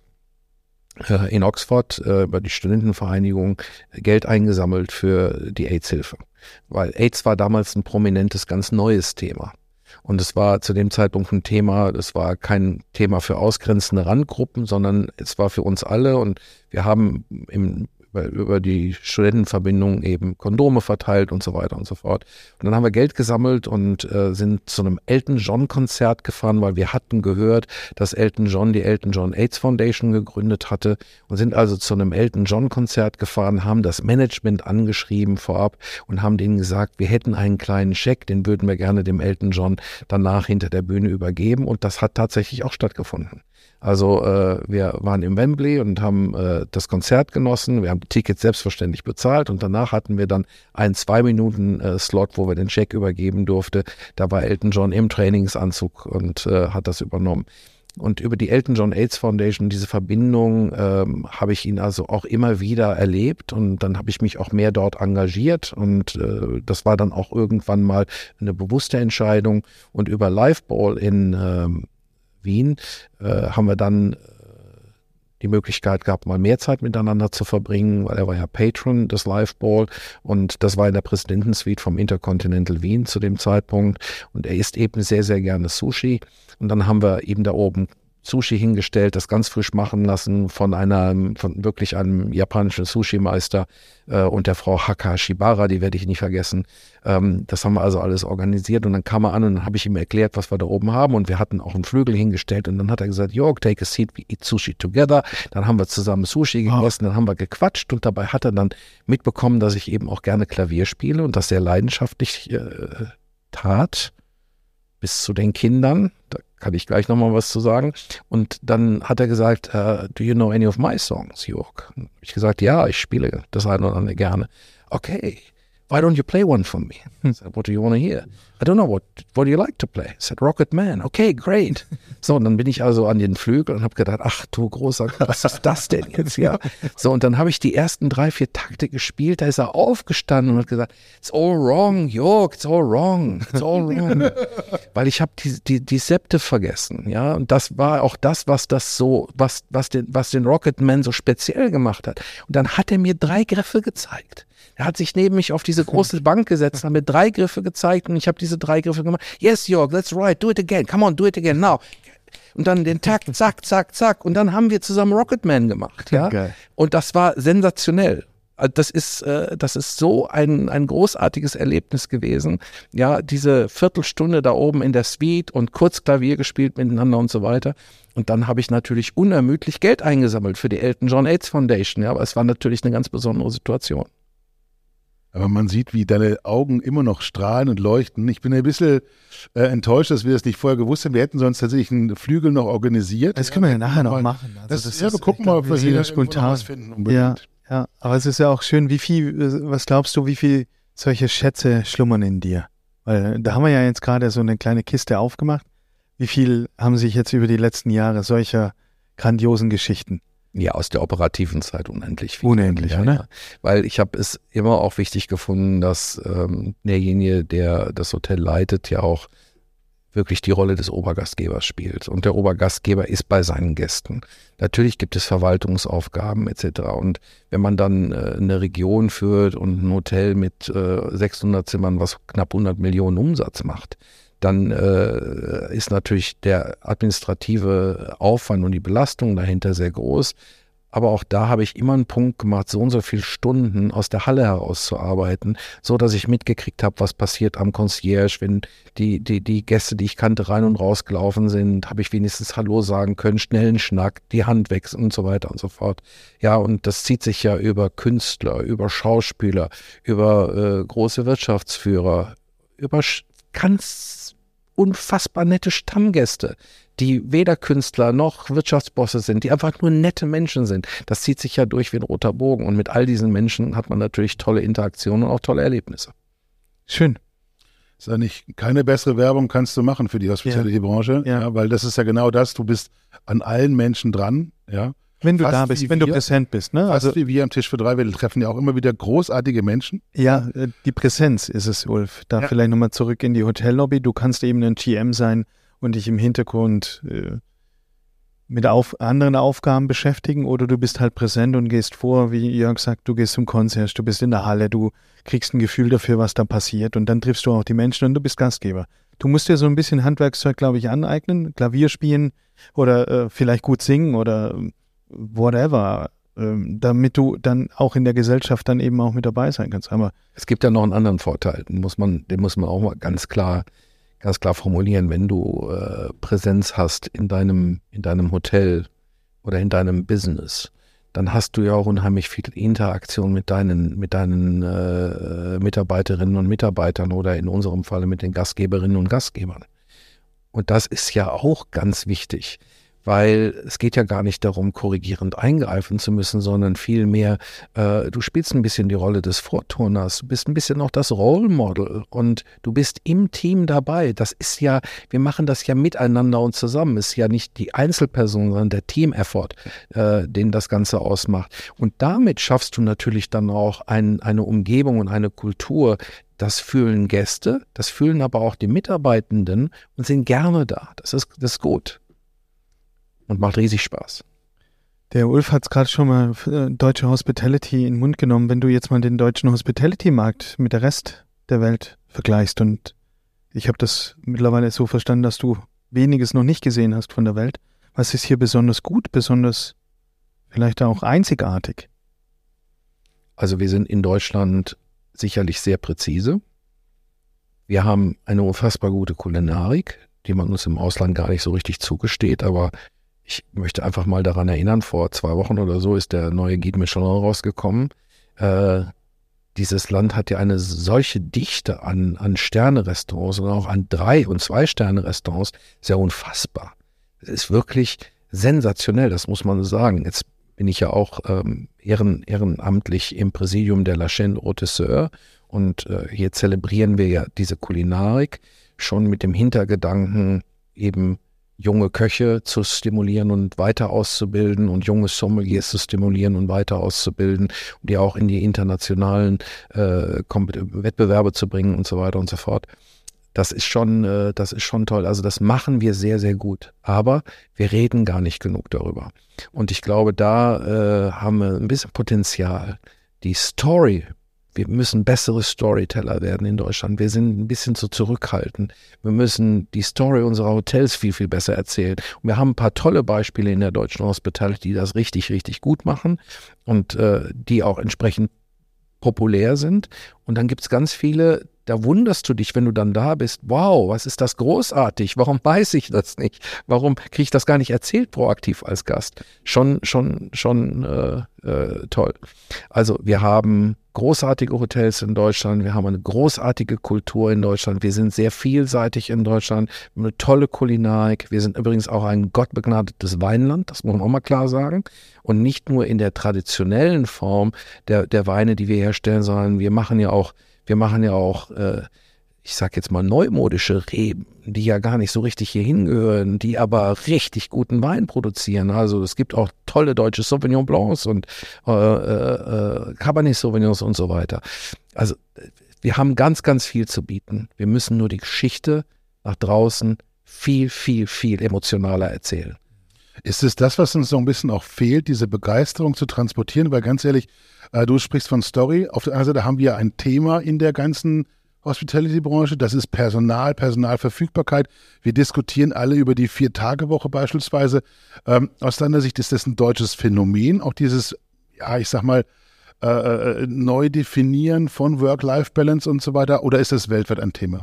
in Oxford über die Studentenvereinigung Geld eingesammelt für die AIDS-Hilfe. Weil AIDS war damals ein prominentes, ganz neues Thema. Und es war zu dem Zeitpunkt ein Thema, das war kein Thema für ausgrenzende Randgruppen, sondern es war für uns alle und wir haben über die Studentenverbindung eben Kondome verteilt und so weiter und so fort. Und dann haben wir Geld gesammelt und sind zu einem Elton John Konzert gefahren, weil wir hatten gehört, dass Elton John die Elton John AIDS Foundation gegründet hatte und sind also zu einem Elton John Konzert gefahren, haben das Management angeschrieben vorab und haben denen gesagt, wir hätten einen kleinen Scheck, den würden wir gerne dem Elton John danach hinter der Bühne übergeben und das hat tatsächlich auch stattgefunden. Also wir waren im Wembley und haben das Konzert genossen, wir haben die Tickets selbstverständlich bezahlt und danach hatten wir dann einen 2-Minuten-Slot, wo wir den Scheck übergeben durfte. Da war Elton John im Trainingsanzug und hat das übernommen. Und über die Elton John AIDS Foundation, diese Verbindung, habe ich ihn also auch immer wieder erlebt und dann habe ich mich auch mehr dort engagiert und das war dann auch irgendwann mal eine bewusste Entscheidung und über Liveball in Wien haben wir dann die Möglichkeit gehabt, mal mehr Zeit miteinander zu verbringen, weil er war ja Patron des Liveball und das war in der Präsidentensuite vom Intercontinental Wien zu dem Zeitpunkt und er isst eben sehr, sehr gerne Sushi und dann haben wir eben da oben Sushi hingestellt, das ganz frisch machen lassen von wirklich einem japanischen Sushi-Meister und der Frau Haka Shibara, die werde ich nicht vergessen. Das haben wir also alles organisiert und dann kam er an und dann habe ich ihm erklärt, was wir da oben haben und wir hatten auch einen Flügel hingestellt und dann hat er gesagt, Jörg, take a seat, we eat sushi together. Dann haben wir zusammen Sushi gegessen, dann haben wir gequatscht und dabei hat er dann mitbekommen, dass ich eben auch gerne Klavier spiele und das sehr leidenschaftlich tat, bis zu den Kindern. Da kann ich gleich nochmal was zu sagen. Und dann hat er gesagt, do you know any of my songs, Jörg? Ich gesagt, ja, ich spiele das eine oder andere gerne. Okay, why don't you play one for me? I said, what do you want to hear? I don't know, what do you like to play? I said, Rocket Man. Okay, great. So, und dann bin ich also an den Flügel und habe gedacht, ach du großer Gott, was ist das denn jetzt? Ja. So, und dann habe ich die ersten 3, 4 Takte gespielt, da ist er aufgestanden und hat gesagt, it's all wrong, Jörg, it's all wrong, it's all wrong. Weil ich habe die Septe vergessen, ja, und das war auch das, was den Rocket Man so speziell gemacht hat. Und dann hat er mir 3 Griffe gezeigt. Er hat sich neben mich auf diese große Bank gesetzt, hat mir 3 Griffe gezeigt und ich habe diese 3 Griffe gemacht. Yes, Jörg, that's right, do it again, come on, do it again, now. Und dann den Takt, zack, zack, zack. Und dann haben wir zusammen Rocket Man gemacht, ja. Geil. Und das war sensationell. Das ist so ein großartiges Erlebnis gewesen. Ja, diese Viertelstunde da oben in der Suite und kurz Klavier gespielt miteinander und so weiter. Und dann habe ich natürlich unermüdlich Geld eingesammelt für die Elton John AIDS Foundation. Ja, aber es war natürlich eine ganz besondere Situation. Aber man sieht, wie deine Augen immer noch strahlen und leuchten. Ich bin ein bisschen enttäuscht, dass wir das nicht vorher gewusst haben. Wir hätten sonst tatsächlich einen Flügel noch organisiert. Das können wir ja nachher noch machen. Also wir gucken mal, ob wir hier spontan was finden. Unbedingt. Ja, aber es ist ja auch schön, was glaubst du, wie viel solche Schätze schlummern in dir? Weil da haben wir ja jetzt gerade so eine kleine Kiste aufgemacht. Wie viel haben sich jetzt über die letzten Jahre solcher grandiosen Geschichten? Ja, aus der operativen Zeit unendlich viel. Unendlich, ja, oder? Ja. Weil ich habe es immer auch wichtig gefunden, dass derjenige, der das Hotel leitet, ja auch wirklich die Rolle des Obergastgebers spielt. Und der Obergastgeber ist bei seinen Gästen. Natürlich gibt es Verwaltungsaufgaben etc. Und wenn man dann eine Region führt und ein Hotel mit 600 Zimmern, was knapp 100 Millionen Umsatz macht, dann ist natürlich der administrative Aufwand und die Belastung dahinter sehr groß. Aber auch da habe ich immer einen Punkt gemacht, so und so viele Stunden aus der Halle heraus zu arbeiten, so dass ich mitgekriegt habe, was passiert am Concierge, wenn die Gäste, die ich kannte, rein und raus gelaufen sind, habe ich wenigstens Hallo sagen können, schnellen Schnack, die Hand wechseln und so weiter und so fort. Ja, und das zieht sich ja über Künstler, über Schauspieler, über große Wirtschaftsführer, über ganz unfassbar nette Stammgäste, die weder Künstler noch Wirtschaftsbosse sind, die einfach nur nette Menschen sind. Das zieht sich ja durch wie ein roter Bogen. Und mit all diesen Menschen hat man natürlich tolle Interaktionen und auch tolle Erlebnisse. Schön. Ist ja nicht, keine bessere Werbung kannst du machen für die Hospitality-Branche, ja, weil das ist ja genau das, du bist an allen Menschen dran, ja. Wenn du da bist, wenn du präsent bist, ne? Also wie wir am Tisch für drei, wir treffen ja auch immer wieder großartige Menschen. Ja, die Präsenz ist es, Ulf. Da vielleicht nochmal zurück in die Hotellobby. Du kannst eben ein GM sein und dich im Hintergrund mit anderen Aufgaben beschäftigen, oder du bist halt präsent und gehst vor, wie Jörg sagt, du gehst zum Concierge, du bist in der Halle, du kriegst ein Gefühl dafür, was da passiert, und dann triffst du auch die Menschen und du bist Gastgeber. Du musst dir so ein bisschen Handwerkszeug, glaube ich, aneignen, Klavier spielen oder vielleicht gut singen oder whatever, damit du dann auch in der Gesellschaft dann eben auch mit dabei sein kannst. Aber es gibt ja noch einen anderen Vorteil, den muss man auch mal ganz klar formulieren. Wenn du Präsenz hast in deinem Hotel oder in deinem Business, dann hast du ja auch unheimlich viel Interaktion mit deinen Mitarbeiterinnen und Mitarbeitern oder in unserem Falle mit den Gastgeberinnen und Gastgebern. Und das ist ja auch ganz wichtig. Weil es geht ja gar nicht darum, korrigierend eingreifen zu müssen, sondern vielmehr, du spielst ein bisschen die Rolle des Vorturners, du bist ein bisschen auch das Role Model und du bist im Team dabei. Das ist ja, wir machen das ja miteinander und zusammen. Es ist ja nicht die Einzelperson, sondern der Team-Effort, den das Ganze ausmacht. Und damit schaffst du natürlich dann auch eine Umgebung und eine Kultur. Das fühlen Gäste, das fühlen aber auch die Mitarbeitenden und sind gerne da. Das ist gut. Und macht riesig Spaß. Der Ulf hat es gerade schon mal deutsche Hospitality in den Mund genommen. Wenn du jetzt mal den deutschen Hospitality-Markt mit der Rest der Welt vergleichst, und ich habe das mittlerweile so verstanden, dass du weniges noch nicht gesehen hast von der Welt. Was ist hier besonders gut, besonders vielleicht auch einzigartig? Also wir sind in Deutschland sicherlich sehr präzise. Wir haben eine unfassbar gute Kulinarik, die man uns im Ausland gar nicht so richtig zugesteht, aber ich möchte einfach mal daran erinnern, vor 2 Wochen oder so ist der neue Guide Michelin rausgekommen. Dieses Land hat ja eine solche Dichte an Sterne-Restaurants und auch an 3- und 2-Sterne-Restaurants. Ist ja unfassbar. Es ist wirklich sensationell, das muss man sagen. Jetzt bin ich ja auch ehrenamtlich im Präsidium der La Chaîne Haute Sœur und hier zelebrieren wir ja diese Kulinarik schon mit dem Hintergedanken, eben junge Köche zu stimulieren und weiter auszubilden und junge Sommeliers zu stimulieren und weiter auszubilden, um die auch in die internationalen Wettbewerbe zu bringen und so weiter und so fort. Das ist schon toll. Also das machen wir sehr, sehr gut. Aber wir reden gar nicht genug darüber. Und ich glaube, da haben wir ein bisschen Potenzial. Die Story, wir müssen bessere Storyteller werden in Deutschland. Wir sind ein bisschen zu zurückhaltend. Wir müssen die Story unserer Hotels viel, viel besser erzählen. Und wir haben ein paar tolle Beispiele in der deutschen Hospitality, die das richtig, richtig gut machen und die auch entsprechend populär sind. Und dann gibt es ganz viele, da wunderst du dich, wenn du dann da bist, wow, was ist das großartig, warum weiß ich das nicht, warum kriege ich das gar nicht erzählt proaktiv als Gast, schon toll. Also wir haben großartige Hotels in Deutschland, wir haben eine großartige Kultur in Deutschland, wir sind sehr vielseitig in Deutschland, eine tolle Kulinarik, wir sind übrigens auch ein gottbegnadetes Weinland, das muss man auch mal klar sagen, und nicht nur in der traditionellen Form der Weine, die wir herstellen, sondern wir machen ja auch ich sag jetzt mal neumodische Reben, die ja gar nicht so richtig hier hingehören, die aber richtig guten Wein produzieren. Also es gibt auch tolle deutsche Sauvignon Blancs und Cabernet Sauvignons und so weiter. Also wir haben ganz, ganz viel zu bieten. Wir müssen nur die Geschichte nach draußen viel, viel, viel emotionaler erzählen. Ist es das, was uns so ein bisschen auch fehlt, diese Begeisterung zu transportieren? Weil ganz ehrlich, du sprichst von Story. Auf der anderen Seite haben wir ein Thema in der ganzen Hospitality-Branche, das ist Personalverfügbarkeit. Wir diskutieren alle über die 4-Tage-Woche beispielsweise. Aus deiner Sicht ist das ein deutsches Phänomen, auch dieses, ja, ich sag mal, Neudefinieren von Work-Life-Balance und so weiter, oder ist das weltweit ein Thema?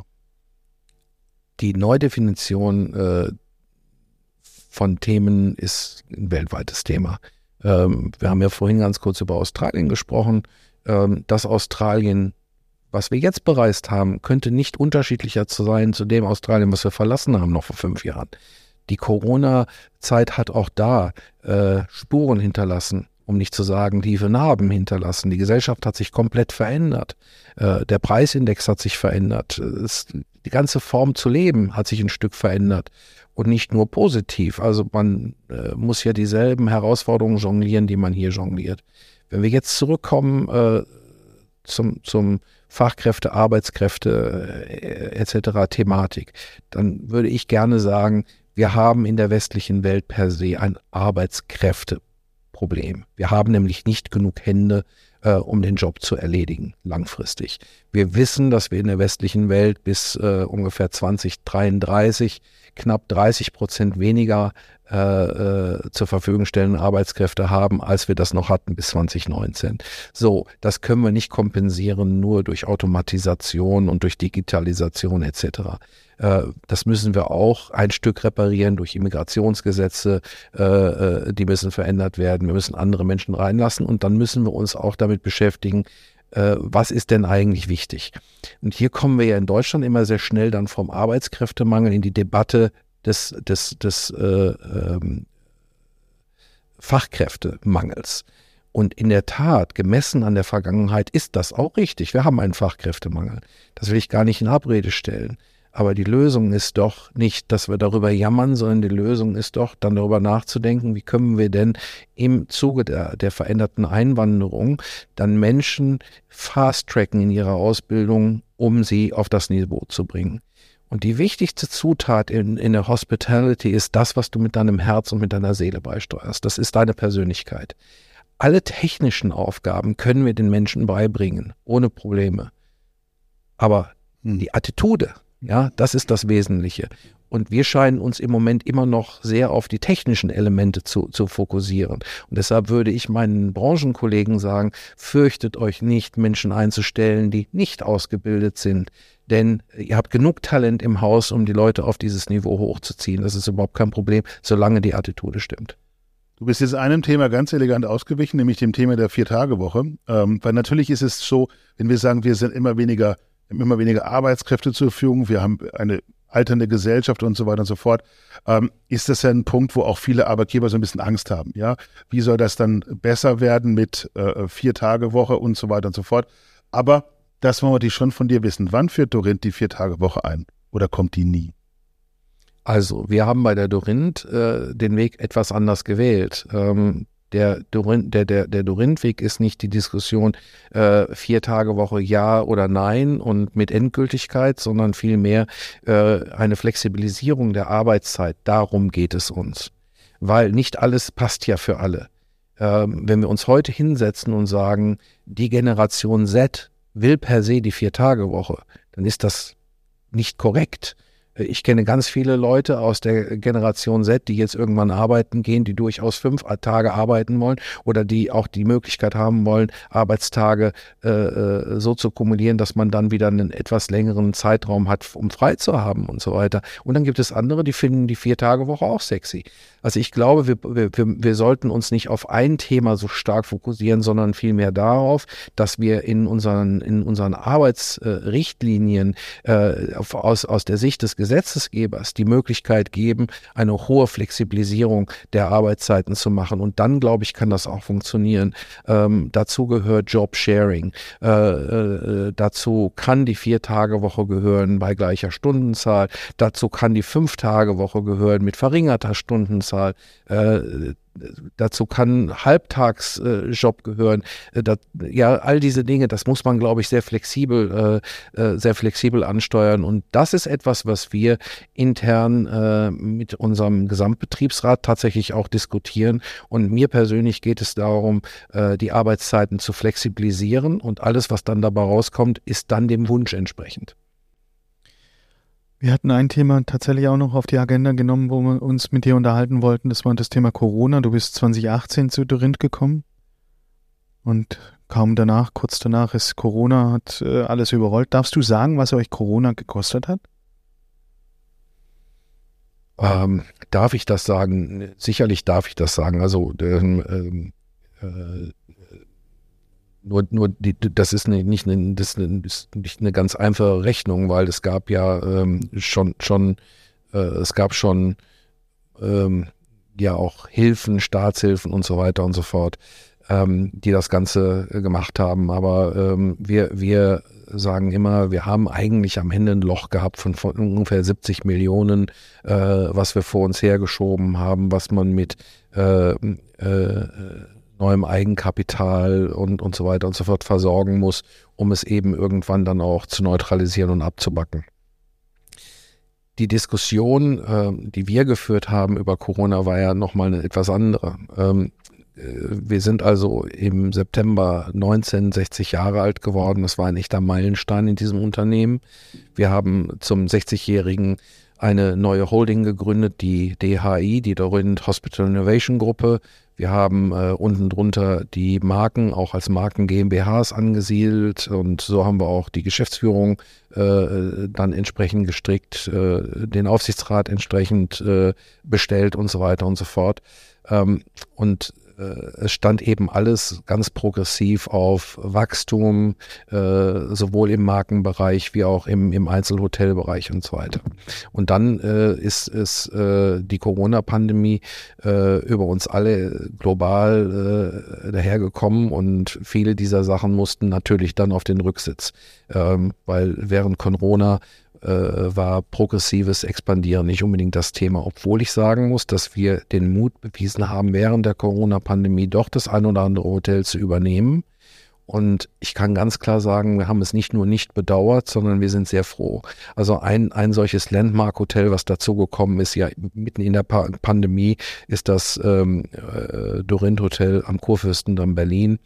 Die Neudefinition von Themen ist ein weltweites Thema. Wir haben ja vorhin ganz kurz über Australien gesprochen, dass Australien, was wir jetzt bereist haben, könnte nicht unterschiedlicher sein zu dem Australien, was wir verlassen haben noch vor 5 Jahren. Die Corona-Zeit hat auch da Spuren hinterlassen, um nicht zu sagen tiefe Narben hinterlassen. Die Gesellschaft hat sich komplett verändert. Der Preisindex hat sich verändert. Die ganze Form zu leben hat sich ein Stück verändert und nicht nur positiv. Also man muss ja dieselben Herausforderungen jonglieren, die man hier jongliert. Wenn wir jetzt zurückkommen zum Fachkräfte, Arbeitskräfte etc. Thematik, dann würde ich gerne sagen, wir haben in der westlichen Welt per se ein Arbeitskräfteproblem. Wir haben nämlich nicht genug Hände, um den Job zu erledigen, langfristig. Wir wissen, dass wir in der westlichen Welt bis ungefähr 2033 knapp 30% weniger zur Verfügung stellende Arbeitskräfte haben, als wir das noch hatten bis 2019. So, das können wir nicht kompensieren nur durch Automatisation und durch Digitalisation etc. Das müssen wir auch ein Stück reparieren durch Immigrationsgesetze, die müssen verändert werden. Wir müssen andere Menschen reinlassen und dann müssen wir uns auch damit beschäftigen, was ist denn eigentlich wichtig? Und hier kommen wir ja in Deutschland immer sehr schnell dann vom Arbeitskräftemangel in die Debatte des Fachkräftemangels. Und in der Tat, gemessen an der Vergangenheit, ist das auch richtig. Wir haben einen Fachkräftemangel. Das will ich gar nicht in Abrede stellen. Aber die Lösung ist doch nicht, dass wir darüber jammern, sondern die Lösung ist doch, dann darüber nachzudenken, wie können wir denn im Zuge der veränderten Einwanderung dann Menschen fast-tracken in ihrer Ausbildung, um sie auf das Niveau zu bringen. Und die wichtigste Zutat in der Hospitality ist das, was du mit deinem Herz und mit deiner Seele beisteuerst. Das ist deine Persönlichkeit. Alle technischen Aufgaben können wir den Menschen beibringen, ohne Probleme. Aber die Attitude, ja, das ist das Wesentliche. Und wir scheinen uns im Moment immer noch sehr auf die technischen Elemente zu fokussieren. Und deshalb würde ich meinen Branchenkollegen sagen, fürchtet euch nicht, Menschen einzustellen, die nicht ausgebildet sind. Denn ihr habt genug Talent im Haus, um die Leute auf dieses Niveau hochzuziehen. Das ist überhaupt kein Problem, solange die Attitude stimmt. Du bist jetzt einem Thema ganz elegant ausgewichen, nämlich dem Thema der 4-Tage-Woche. Weil natürlich ist es so, wenn wir sagen, wir sind immer weniger Arbeitskräfte zur Verfügung, wir haben eine alternde Gesellschaft und so weiter und so fort, ist das ja ein Punkt, wo auch viele Arbeitgeber so ein bisschen Angst haben. Ja? Wie soll das dann besser werden mit 4-Tage-Woche und so weiter und so fort? Aber das wollen wir natürlich schon von dir wissen. Wann führt Dorint die 4-Tage-Woche ein? Oder kommt die nie? Also, wir haben bei der Dorint den Weg etwas anders gewählt. Der Dorint-Weg ist nicht die Diskussion 4-Tage-Woche ja oder nein und mit Endgültigkeit, sondern vielmehr eine Flexibilisierung der Arbeitszeit. Darum geht es uns. Weil nicht alles passt ja für alle. Wenn wir uns heute hinsetzen und sagen, die Generation Z will per se die 4-Tage-Woche, dann ist das nicht korrekt. Ich kenne ganz viele Leute aus der Generation Z, die jetzt irgendwann arbeiten gehen, die durchaus 5 Tage arbeiten wollen oder die auch die Möglichkeit haben wollen, Arbeitstage so zu kumulieren, dass man dann wieder einen etwas längeren Zeitraum hat, um frei zu haben und so weiter. Und dann gibt es andere, die finden die 4-Tage-Woche auch sexy. Also ich glaube, wir sollten uns nicht auf ein Thema so stark fokussieren, sondern vielmehr darauf, dass wir in unseren Arbeitsrichtlinien aus der Sicht des Gesetzesgebers die Möglichkeit geben, eine hohe Flexibilisierung der Arbeitszeiten zu machen. Und dann, glaube ich, kann das auch funktionieren. Dazu gehört Jobsharing. Dazu kann die 4-Tage-Woche gehören bei gleicher Stundenzahl. Dazu kann die 5-Tage-Woche gehören mit verringerter Stundenzahl. Dazu kann Halbtagsjob gehören. All diese Dinge, das muss man, glaube ich, sehr flexibel ansteuern. Und das ist etwas, was wir intern mit unserem Gesamtbetriebsrat tatsächlich auch diskutieren. Und mir persönlich geht es darum, die Arbeitszeiten zu flexibilisieren. Und alles, was dann dabei rauskommt, ist dann dem Wunsch entsprechend. Wir hatten ein Thema tatsächlich auch noch auf die Agenda genommen, wo wir uns mit dir unterhalten wollten. Das war das Thema Corona. Du bist 2018 zu Dorinth gekommen und kurz danach ist Corona, hat alles überrollt. Darfst du sagen, was euch Corona gekostet hat? Darf ich das sagen? Sicherlich darf ich das sagen. Also das ist nicht eine ganz einfache Rechnung, weil es gab ja auch Hilfen, Staatshilfen und so weiter und so fort, die das Ganze gemacht haben. Aber wir sagen immer, wir haben eigentlich am Ende ein Loch gehabt von ungefähr 70 Millionen, was wir vor uns hergeschoben haben, was man mit neuem Eigenkapital und so weiter und so fort versorgen muss, um es eben irgendwann dann auch zu neutralisieren und abzubacken. Die Diskussion, die wir geführt haben über Corona, war ja nochmal eine etwas andere. Wir sind also im September 19 60 Jahre alt geworden. Das war ein echter Meilenstein in diesem Unternehmen. Wir haben zum 60-jährigen eine neue Holding gegründet, die DHI, die Dorinth Hospital Innovation Gruppe. Wir haben unten drunter die Marken auch als Marken GmbHs angesiedelt und so haben wir auch die Geschäftsführung dann entsprechend gestrickt, den Aufsichtsrat entsprechend bestellt und so weiter und so fort. Es stand eben alles ganz progressiv auf Wachstum, sowohl im Markenbereich wie auch im Einzelhotelbereich und so weiter. Und dann ist die Corona-Pandemie über uns alle global dahergekommen und viele dieser Sachen mussten natürlich dann auf den Rücksitz, weil während Corona war progressives Expandieren nicht unbedingt das Thema, obwohl ich sagen muss, dass wir den Mut bewiesen haben, während der Corona-Pandemie doch das ein oder andere Hotel zu übernehmen. Und ich kann ganz klar sagen, wir haben es nicht nur nicht bedauert, sondern wir sind sehr froh. Also ein solches Landmark-Hotel, was dazugekommen ist, ja mitten in der Pandemie, ist das Dorinth Hotel am Kurfürstendamm Berlin.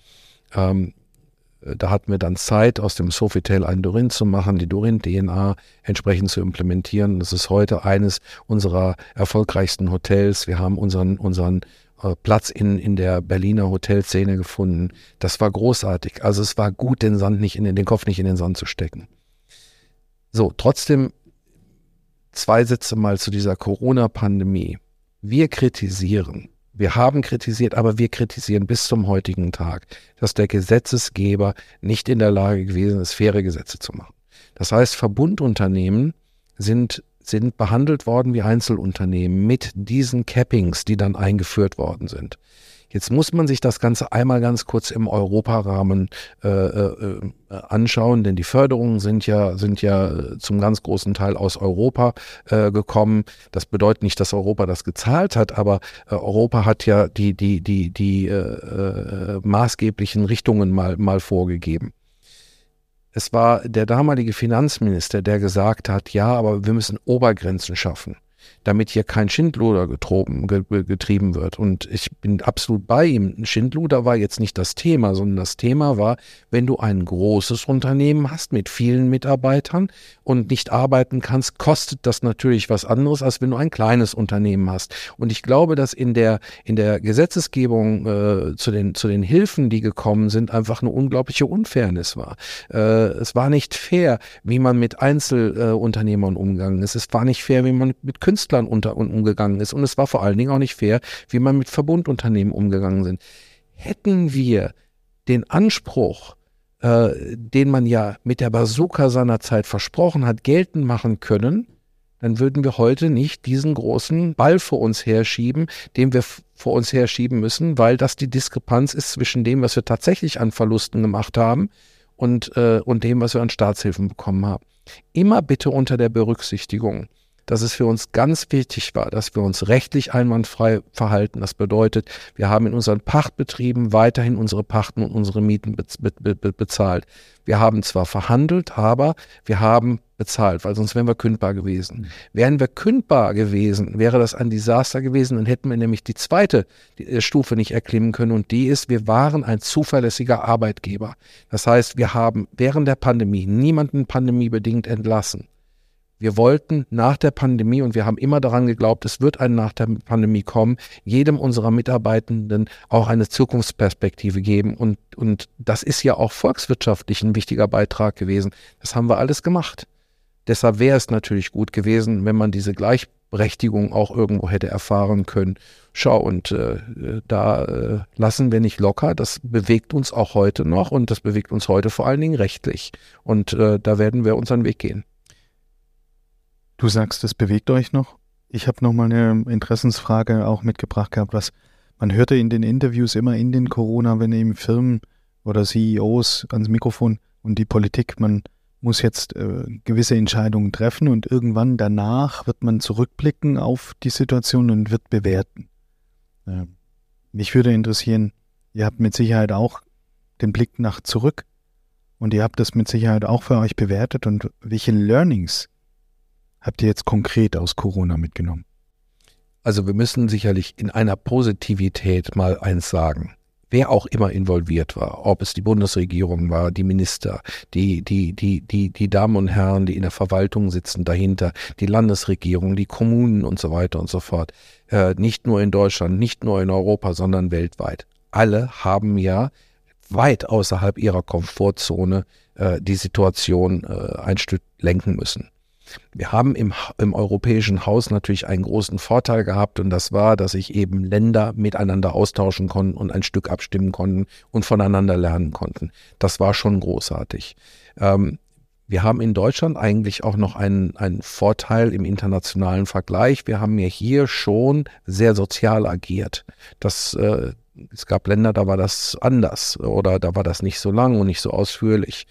Da hatten wir dann Zeit, aus dem Sofitel ein Dorinth zu machen, die Dorinth-DNA entsprechend zu implementieren. Das ist heute eines unserer erfolgreichsten Hotels. Wir haben unseren Platz in der Berliner Hotelszene gefunden. Das war großartig. Also es war gut, den Kopf nicht in den Sand zu stecken. So, trotzdem 2 Sätze mal zu dieser Corona-Pandemie. Wir haben kritisiert, aber wir kritisieren bis zum heutigen Tag, dass der Gesetzesgeber nicht in der Lage gewesen ist, faire Gesetze zu machen. Das heißt, Verbundunternehmen sind behandelt worden wie Einzelunternehmen mit diesen Cappings, die dann eingeführt worden sind. Jetzt muss man sich das Ganze einmal ganz kurz im Europarahmen anschauen, denn die Förderungen sind ja zum ganz großen Teil aus Europa gekommen. Das bedeutet nicht, dass Europa das gezahlt hat, aber Europa hat ja die maßgeblichen Richtungen mal vorgegeben. Es war der damalige Finanzminister, der gesagt hat, ja, aber wir müssen Obergrenzen schaffen. damit hier kein Schindluder getrieben wird. Und ich bin absolut bei ihm. Schindluder war jetzt nicht das Thema, sondern das Thema war, wenn du ein großes Unternehmen hast mit vielen Mitarbeitern und nicht arbeiten kannst, kostet das natürlich was anderes, als wenn du ein kleines Unternehmen hast. Und ich glaube, dass in der Gesetzesgebung zu den Hilfen, die gekommen sind, einfach eine unglaubliche Unfairness war. Es war nicht fair, wie man mit Einzelunternehmern umgegangen ist. Es war nicht fair, wie man mit Künstlern umgegangen ist. Und es war vor allen Dingen auch nicht fair, wie man mit Verbundunternehmen umgegangen sind. Hätten wir den Anspruch, den man ja mit der Bazooka seinerzeit versprochen hat, geltend machen können, dann würden wir heute nicht diesen großen Ball vor uns herschieben, den wir vor uns herschieben müssen, weil das die Diskrepanz ist zwischen dem, was wir tatsächlich an Verlusten gemacht haben und dem, was wir an Staatshilfen bekommen haben. Immer bitte unter der Berücksichtigung, dass es für uns ganz wichtig war, dass wir uns rechtlich einwandfrei verhalten. Das bedeutet, wir haben in unseren Pachtbetrieben weiterhin unsere Pachten und unsere Mieten bezahlt. Wir haben zwar verhandelt, aber wir haben bezahlt, weil sonst wären wir kündbar gewesen. Wären wir kündbar gewesen, wäre das ein Desaster gewesen, dann hätten wir nämlich die zweite Stufe nicht erklimmen können, und die ist, wir waren ein zuverlässiger Arbeitgeber. Das heißt, wir haben während der Pandemie niemanden pandemiebedingt entlassen. Wir wollten nach der Pandemie, und wir haben immer daran geglaubt, es wird ein nach der Pandemie kommen, jedem unserer Mitarbeitenden auch eine Zukunftsperspektive geben. Und das ist ja auch volkswirtschaftlich ein wichtiger Beitrag gewesen. Das haben wir alles gemacht. Deshalb wäre es natürlich gut gewesen, wenn man diese Gleichberechtigung auch irgendwo hätte erfahren können. Schau, und da lassen wir nicht locker. Das bewegt uns auch heute noch, und das bewegt uns heute vor allen Dingen rechtlich. Und da werden wir unseren Weg gehen. Du sagst, es bewegt euch noch. Ich habe noch mal eine Interessensfrage auch mitgebracht gehabt, was man hörte in den Interviews immer in den Corona, wenn eben Firmen oder CEOs ans Mikrofon und die Politik, man muss jetzt gewisse Entscheidungen treffen, und irgendwann danach wird man zurückblicken auf die Situation und wird bewerten. Mich würde interessieren, ihr habt mit Sicherheit auch den Blick nach zurück, und ihr habt das mit Sicherheit auch für euch bewertet, und welche Learnings habt ihr jetzt konkret aus Corona mitgenommen? Also wir müssen sicherlich in einer Positivität mal eins sagen. Wer auch immer involviert war, ob es die Bundesregierung war, die Minister, die Damen und Herren, die in der Verwaltung sitzen dahinter, die Landesregierung, die Kommunen und so weiter und so fort. Nicht nur in Deutschland, nicht nur in Europa, sondern weltweit. Alle haben ja weit außerhalb ihrer Komfortzone die Situation ein Stück lenken müssen. Wir haben im Europäischen Haus natürlich einen großen Vorteil gehabt, und das war, dass sich eben Länder miteinander austauschen konnten und ein Stück abstimmen konnten und voneinander lernen konnten. Das war schon großartig. Wir haben in Deutschland eigentlich auch noch einen Vorteil im internationalen Vergleich. Wir haben ja hier schon sehr sozial agiert. Es gab Länder, da war das anders, oder da war das nicht so lang und nicht so ausführlich.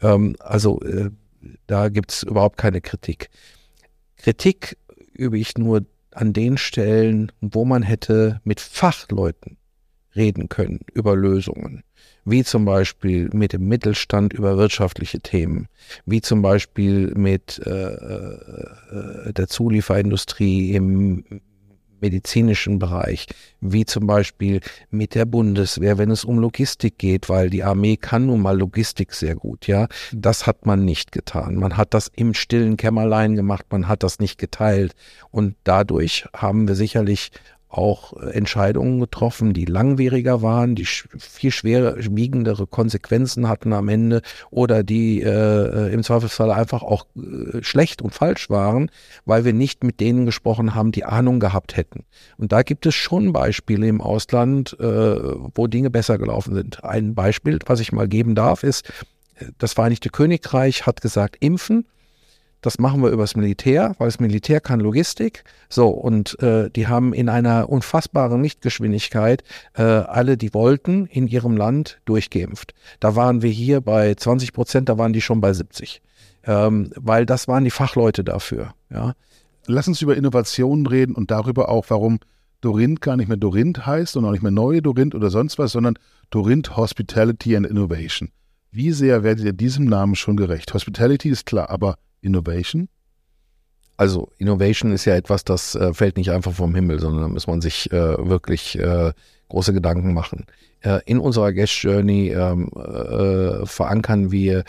Da gibt es überhaupt keine Kritik. Kritik übe ich nur an den Stellen, wo man hätte mit Fachleuten reden können über Lösungen, wie zum Beispiel mit dem Mittelstand über wirtschaftliche Themen, wie zum Beispiel mit der Zulieferindustrie im medizinischen Bereich, wie zum Beispiel mit der Bundeswehr, wenn es um Logistik geht, weil die Armee kann nun mal Logistik sehr gut, ja. Das hat man nicht getan. Man hat das im stillen Kämmerlein gemacht, man hat das nicht geteilt, und dadurch haben wir sicherlich auch Entscheidungen getroffen, die langwieriger waren, die viel schwerwiegendere Konsequenzen hatten am Ende, oder die im Zweifelsfall einfach auch schlecht und falsch waren, weil wir nicht mit denen gesprochen haben, die Ahnung gehabt hätten. Und da gibt es schon Beispiele im Ausland, wo Dinge besser gelaufen sind. Ein Beispiel, was ich mal geben darf, ist, das Vereinigte Königreich hat gesagt, impfen. Das machen wir übers Militär, weil das Militär kann Logistik. So, und die haben in einer unfassbaren Lichtgeschwindigkeit alle, die wollten, in ihrem Land durchgeimpft. Da waren wir hier bei 20%, da waren die schon bei 70%. Weil das waren die Fachleute dafür. Ja. Lass uns über Innovationen reden und darüber auch, warum Dorint gar nicht mehr Dorint heißt und auch nicht mehr Neue Dorint oder sonst was, sondern Dorint Hospitality and Innovation. Wie sehr werdet ihr diesem Namen schon gerecht? Hospitality ist klar, aber Innovation? Also Innovation ist ja etwas, das fällt nicht einfach vom Himmel, sondern da muss man sich wirklich große Gedanken machen. In unserer Guest Journey verankern wir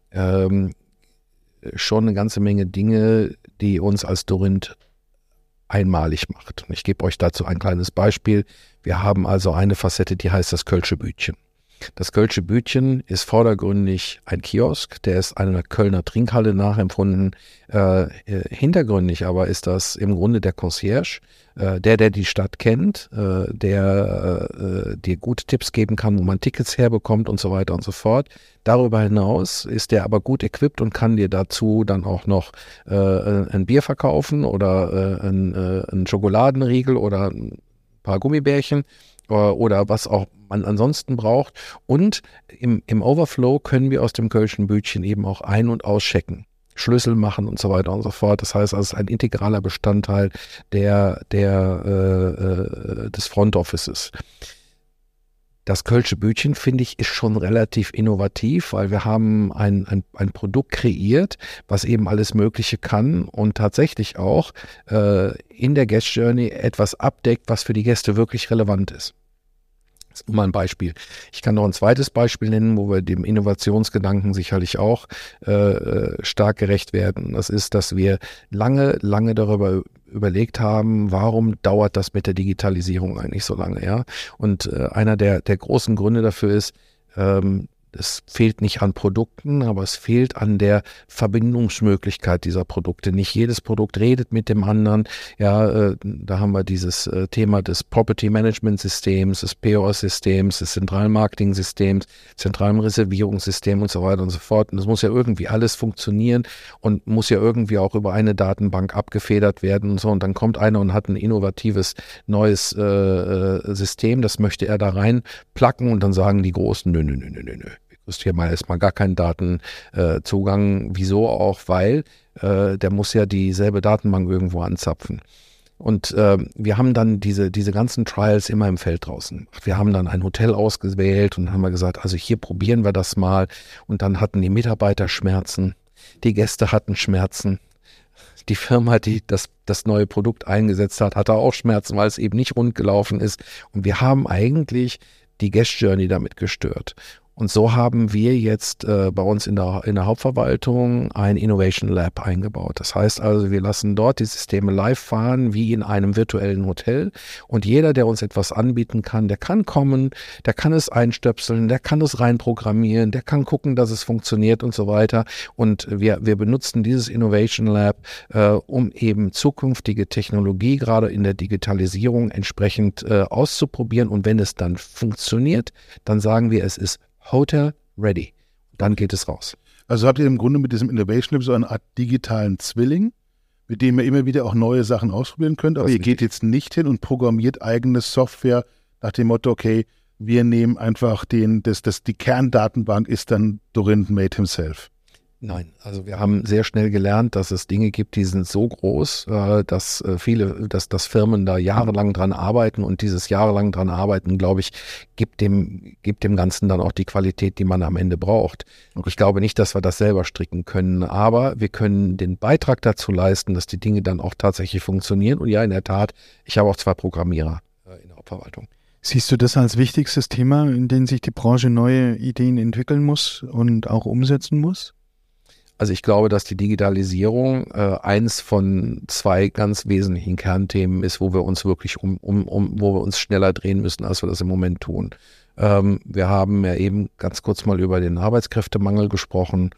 schon eine ganze Menge Dinge, die uns als Dorint einmalig macht. Und ich gebe euch dazu ein kleines Beispiel. Wir haben also eine Facette, die heißt das Kölsche Bütchen. Das Kölsche Bütchen ist vordergründig ein Kiosk, der ist einer Kölner Trinkhalle nachempfunden. Hintergründig aber ist das im Grunde der Concierge, der die Stadt kennt, der dir gute Tipps geben kann, wo man Tickets herbekommt und so weiter und so fort. Darüber hinaus ist der aber gut equipped und kann dir dazu dann auch noch ein Bier verkaufen oder einen Schokoladenriegel oder ein paar Gummibärchen oder was auch man ansonsten braucht. Und im Overflow können wir aus dem Kölschen Bütchen eben auch ein- und auschecken, Schlüssel machen und so weiter und so fort. Das heißt, es ist ein integraler Bestandteil des Front Offices. Das Kölsche Bütchen, finde ich, ist schon relativ innovativ, weil wir haben ein Produkt kreiert, was eben alles Mögliche kann und tatsächlich auch in der Guest Journey etwas abdeckt, was für die Gäste wirklich relevant ist. Das ist nur mal ein Beispiel. Ich kann noch ein zweites Beispiel nennen, wo wir dem Innovationsgedanken sicherlich auch stark gerecht werden. Das ist, dass wir lange darüber überlegt haben, warum dauert das mit der Digitalisierung eigentlich so lange, ja? Und einer der großen Gründe dafür ist, es fehlt nicht an Produkten, aber es fehlt an der Verbindungsmöglichkeit dieser Produkte. Nicht jedes Produkt redet mit dem anderen. Ja, da haben wir dieses Thema des Property Management Systems, des POS-Systems, des zentralen Marketing-Systems, zentralen Reservierungssystems und so weiter und so fort. Und das muss ja irgendwie alles funktionieren und muss ja irgendwie auch über eine Datenbank abgefedert werden und so. Und dann kommt einer und hat ein innovatives neues System, das möchte er da reinplacken und dann sagen die Großen, nö. Du hast hier mal erstmal gar keinen Datenzugang. Wieso auch? Weil der muss ja dieselbe Datenbank irgendwo anzapfen. Und wir haben dann diese ganzen Trials immer im Feld draußen. Wir haben dann ein Hotel ausgewählt und haben wir gesagt, also hier probieren wir das mal. Und dann hatten die Mitarbeiter Schmerzen, die Gäste hatten Schmerzen. Die Firma, die das neue Produkt eingesetzt hat, hatte auch Schmerzen, weil es eben nicht rund gelaufen ist. Und wir haben eigentlich die Guest Journey damit gestört. Und so haben wir jetzt bei uns in der Hauptverwaltung ein Innovation Lab eingebaut. Das heißt also, wir lassen dort die Systeme live fahren, wie in einem virtuellen Hotel. Und jeder, der uns etwas anbieten kann, der kann kommen, der kann es einstöpseln, der kann es reinprogrammieren, der kann gucken, dass es funktioniert und so weiter. Und wir benutzen dieses Innovation Lab, um eben zukünftige Technologie, gerade in der Digitalisierung, entsprechend auszuprobieren. Und wenn es dann funktioniert, dann sagen wir, es ist Hotel ready. Dann geht es raus. Also habt ihr im Grunde mit diesem Innovation Lab so eine Art digitalen Zwilling, mit dem ihr immer wieder auch neue Sachen ausprobieren könnt, aber ihr geht jetzt nicht hin und programmiert eigene Software nach dem Motto, okay, wir nehmen einfach die Kerndatenbank ist dann Dorint made himself. Nein, also wir haben sehr schnell gelernt, dass es Dinge gibt, die sind so groß, dass Firmen da jahrelang dran arbeiten und dieses jahrelang dran arbeiten, glaube ich, gibt dem Ganzen dann auch die Qualität, die man am Ende braucht. Und ich glaube nicht, dass wir das selber stricken können, aber wir können den Beitrag dazu leisten, dass die Dinge dann auch tatsächlich funktionieren. Und ja, in der Tat, ich habe auch 2 Programmierer in der Hauptverwaltung. Siehst du das als wichtigstes Thema, in dem sich die Branche neue Ideen entwickeln muss und auch umsetzen muss? Also ich glaube, dass die Digitalisierung eins von 2 ganz wesentlichen Kernthemen ist, wo wir uns wirklich wo wir uns schneller drehen müssen, als wir das im Moment tun. Wir haben ja eben ganz kurz mal über den Arbeitskräftemangel gesprochen.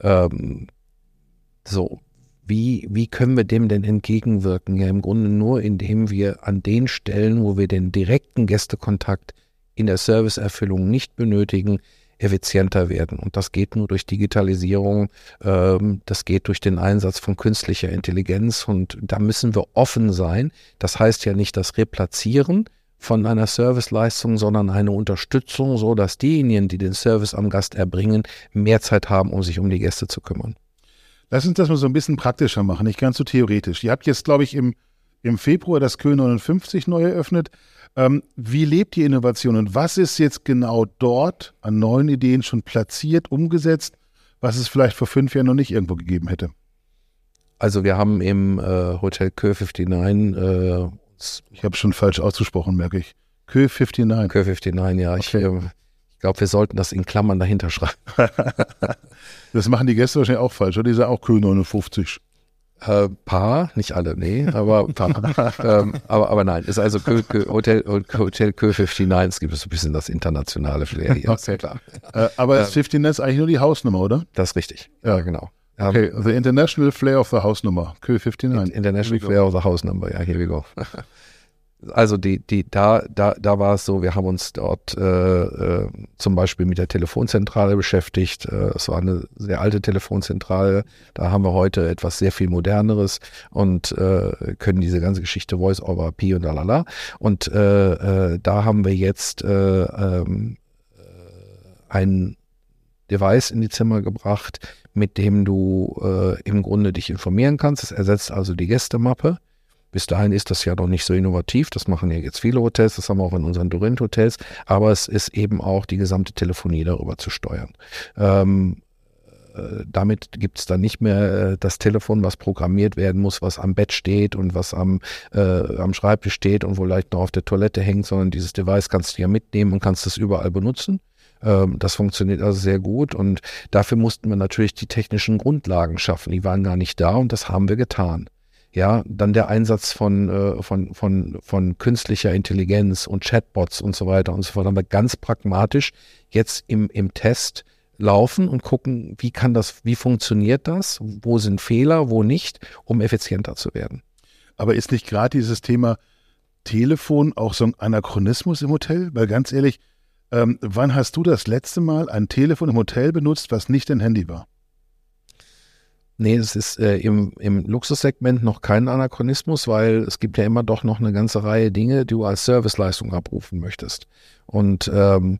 Wie können wir dem denn entgegenwirken? Ja, im Grunde nur, indem wir an den Stellen, wo wir den direkten Gästekontakt in der Serviceerfüllung nicht benötigen, effizienter werden. Und das geht nur durch Digitalisierung, das geht durch den Einsatz von künstlicher Intelligenz und da müssen wir offen sein. Das heißt ja nicht das Replatzieren von einer Serviceleistung, sondern eine Unterstützung, so dass diejenigen, die den Service am Gast erbringen, mehr Zeit haben, um sich um die Gäste zu kümmern. Lass uns das mal so ein bisschen praktischer machen, nicht ganz so theoretisch. Ihr habt jetzt, glaube ich, im Februar das Köln 59 neu eröffnet. Wie lebt die Innovation und was ist jetzt genau dort an neuen Ideen schon platziert, umgesetzt, was es vielleicht vor 5 Jahren noch nicht irgendwo gegeben hätte? Also wir haben im Hotel Kö 59 ich habe schon falsch ausgesprochen, merke ich. Kö 59. Kö 59, ja. Okay. Ich glaube, wir sollten das in Klammern dahinter schreiben. Das machen die Gäste wahrscheinlich auch falsch, oder? Die sagen auch Kö 59. Paar, nicht alle, nee, aber aber nein, ist also Hotel Kö 59, es gibt so ein bisschen das internationale Flair hier. Okay. Klar. Aber das 59 ist eigentlich nur die Hausnummer, oder? Das ist richtig, ja genau. Okay, the international flair of the Hausnummer, Kö 59. International flair of the house number, ja, here we go. Also da war es so, wir haben uns dort zum Beispiel mit der Telefonzentrale beschäftigt. Es war eine sehr alte Telefonzentrale. Da haben wir heute etwas sehr viel Moderneres und können diese ganze Geschichte Voice over IP und lalala. Und da haben wir jetzt ein Device in die Zimmer gebracht, mit dem du im Grunde dich informieren kannst. Es ersetzt also die Gästemappe. Bis dahin ist das ja noch nicht so innovativ, das machen ja jetzt viele Hotels, das haben wir auch in unseren Dorint-Hotels, aber es ist eben auch die gesamte Telefonie darüber zu steuern. Damit gibt es dann nicht mehr das Telefon, was programmiert werden muss, was am Bett steht und was am Schreibtisch steht und vielleicht noch auf der Toilette hängt, sondern dieses Device kannst du ja mitnehmen und kannst es überall benutzen. Das funktioniert also sehr gut und dafür mussten wir natürlich die technischen Grundlagen schaffen, die waren gar nicht da und das haben wir getan. Ja, dann der Einsatz von künstlicher Intelligenz und Chatbots und so weiter und so fort. Haben wir ganz pragmatisch jetzt im Test laufen und gucken, wie funktioniert das, wo sind Fehler, wo nicht, um effizienter zu werden. Aber ist nicht gerade dieses Thema Telefon auch so ein Anachronismus im Hotel? Weil ganz ehrlich, wann hast du das letzte Mal ein Telefon im Hotel benutzt, was nicht ein Handy war? Nee, es ist im Luxussegment noch kein Anachronismus, weil es gibt ja immer doch noch eine ganze Reihe Dinge, die du als Serviceleistung abrufen möchtest. Und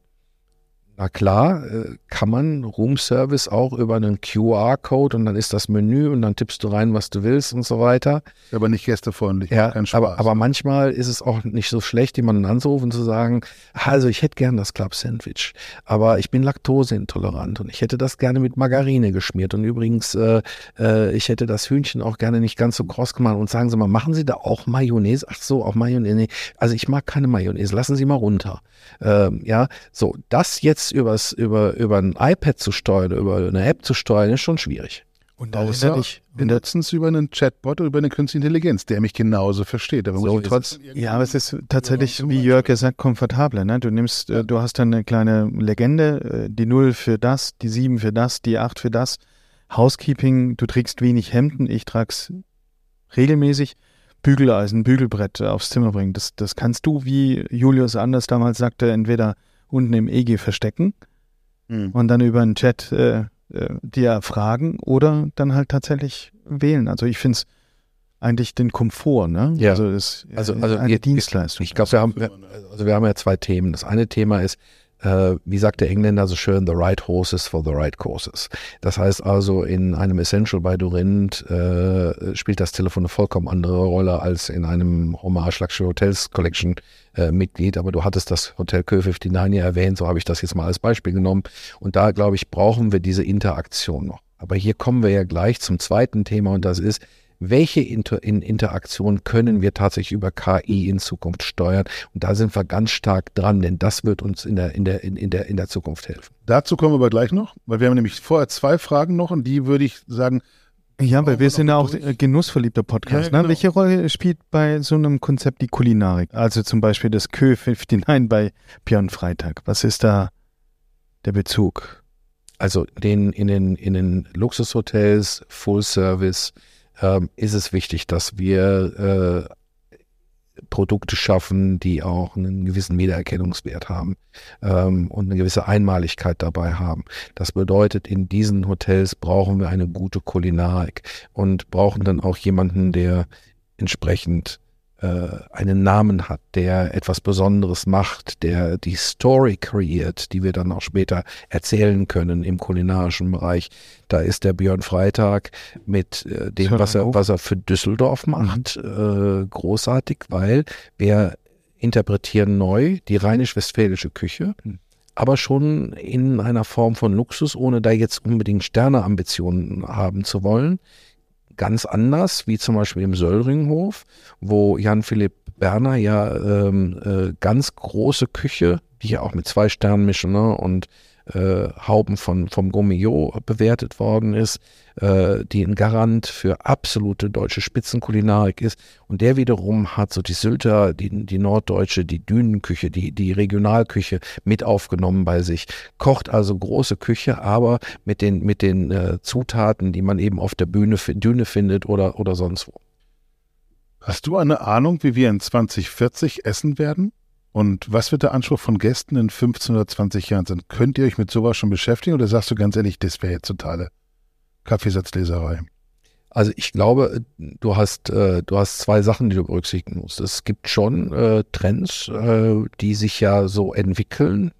na klar, kann man Roomservice auch über einen QR-Code und dann ist das Menü und dann tippst du rein, was du willst und so weiter. Aber nicht gästefreundlich, ja, kein Spaß. Aber manchmal ist es auch nicht so schlecht, jemanden anzurufen und zu sagen, also ich hätte gern das Club Sandwich, aber ich bin laktoseintolerant und ich hätte das gerne mit Margarine geschmiert und übrigens, ich hätte das Hühnchen auch gerne nicht ganz so kross gemacht und sagen Sie mal, machen Sie da auch Mayonnaise? Ach so, auch Mayonnaise. Nee. Also ich mag keine Mayonnaise, lassen Sie mal runter. Ja, so, das jetzt über ein iPad zu steuern, über eine App zu steuern, ist schon schwierig. Und letztens über einen Chatbot oder über eine künstliche Intelligenz, der mich genauso versteht. Aber so ja, aber es ist tatsächlich, wie Jörg gesagt, komfortabler. Ne? Du hast dann eine kleine Legende, die 0 für das, die 7 für das, die 8 für das. Housekeeping, du trägst wenig Hemden, ich trag's regelmäßig. Bügeleisen, Bügelbrett aufs Zimmer bringen. Das kannst du, wie Julius Anders damals sagte, entweder unten im EG verstecken und dann über einen Chat dir fragen oder dann halt tatsächlich wählen. Also ich finde es eigentlich den Komfort, ne? Ja. Also das ist eine Dienstleistung. Ich glaube, wir haben ja zwei Themen. Das eine Thema ist, wie sagt der Engländer so schön, the right horses for the right courses. Das heißt also, in einem Essential bei Dorint spielt das Telefon eine vollkommen andere Rolle als in einem Hommage Luxury Hotels Collection Mitglied. Aber du hattest das Hotel Kö 59 ja erwähnt, so habe ich das jetzt mal als Beispiel genommen. Und da, glaube ich, brauchen wir diese Interaktion noch. Aber hier kommen wir ja gleich zum zweiten Thema und das ist, welche Interaktion können wir tatsächlich über KI in Zukunft steuern? Und da sind wir ganz stark dran, denn das wird uns in der Zukunft helfen. Dazu kommen wir aber gleich noch, weil wir haben nämlich vorher 2 Fragen noch und die würde ich sagen. Ja, weil wir sind ja auch genussverliebter Podcast. Ja, genau. Ne? Welche Rolle spielt bei so einem Konzept die Kulinarik? Also zum Beispiel das Kö 59 bei Björn Freitag. Was ist da der Bezug? Also in den Luxushotels, Full Service, ist es wichtig, dass wir Produkte schaffen, die auch einen gewissen Wiedererkennungswert haben und eine gewisse Einmaligkeit dabei haben. Das bedeutet, in diesen Hotels brauchen wir eine gute Kulinarik und brauchen dann auch jemanden, der entsprechend einen Namen hat, der etwas Besonderes macht, der die Story kreiert, die wir dann auch später erzählen können im kulinarischen Bereich. Da ist der Björn Freitag mit dem, was er für Düsseldorf macht, großartig, weil wir interpretieren neu die rheinisch-westfälische Küche, aber schon in einer Form von Luxus, ohne da jetzt unbedingt Sterneambitionen haben zu wollen. ganz anders, wie zum Beispiel im Söllringhof, wo Jan-Philipp Berner ja ganz große Küche, die ja auch mit 2-Stern-Michelin und Hauben vom Gourmillot bewertet worden ist, die ein Garant für absolute deutsche Spitzenkulinarik ist. Und der wiederum hat so die Sylter, die norddeutsche, die Dünenküche, die Regionalküche mit aufgenommen bei sich. Kocht also große Küche, aber mit den Zutaten, die man eben auf der Düne findet oder sonst wo. Hast du eine Ahnung, wie wir in 2040 essen werden? Und was wird der Anspruch von Gästen in 15 oder 20 Jahren sein? Könnt ihr euch mit sowas schon beschäftigen oder sagst du ganz ehrlich, das wäre jetzt totale Kaffeesatzleserei? Also ich glaube, du hast 2 Sachen, die du berücksichtigen musst. Es gibt schon Trends, die sich ja so entwickeln.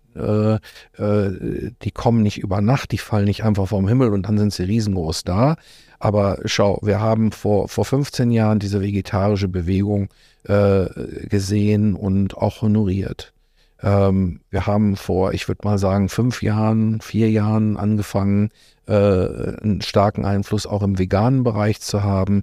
Die kommen nicht über Nacht, die fallen nicht einfach vom Himmel und dann sind sie riesengroß da. Aber schau, wir haben vor 15 Jahren diese vegetarische Bewegung gesehen und auch honoriert. Wir haben vor, ich würde mal sagen, 4 Jahren angefangen, einen starken Einfluss auch im veganen Bereich zu haben.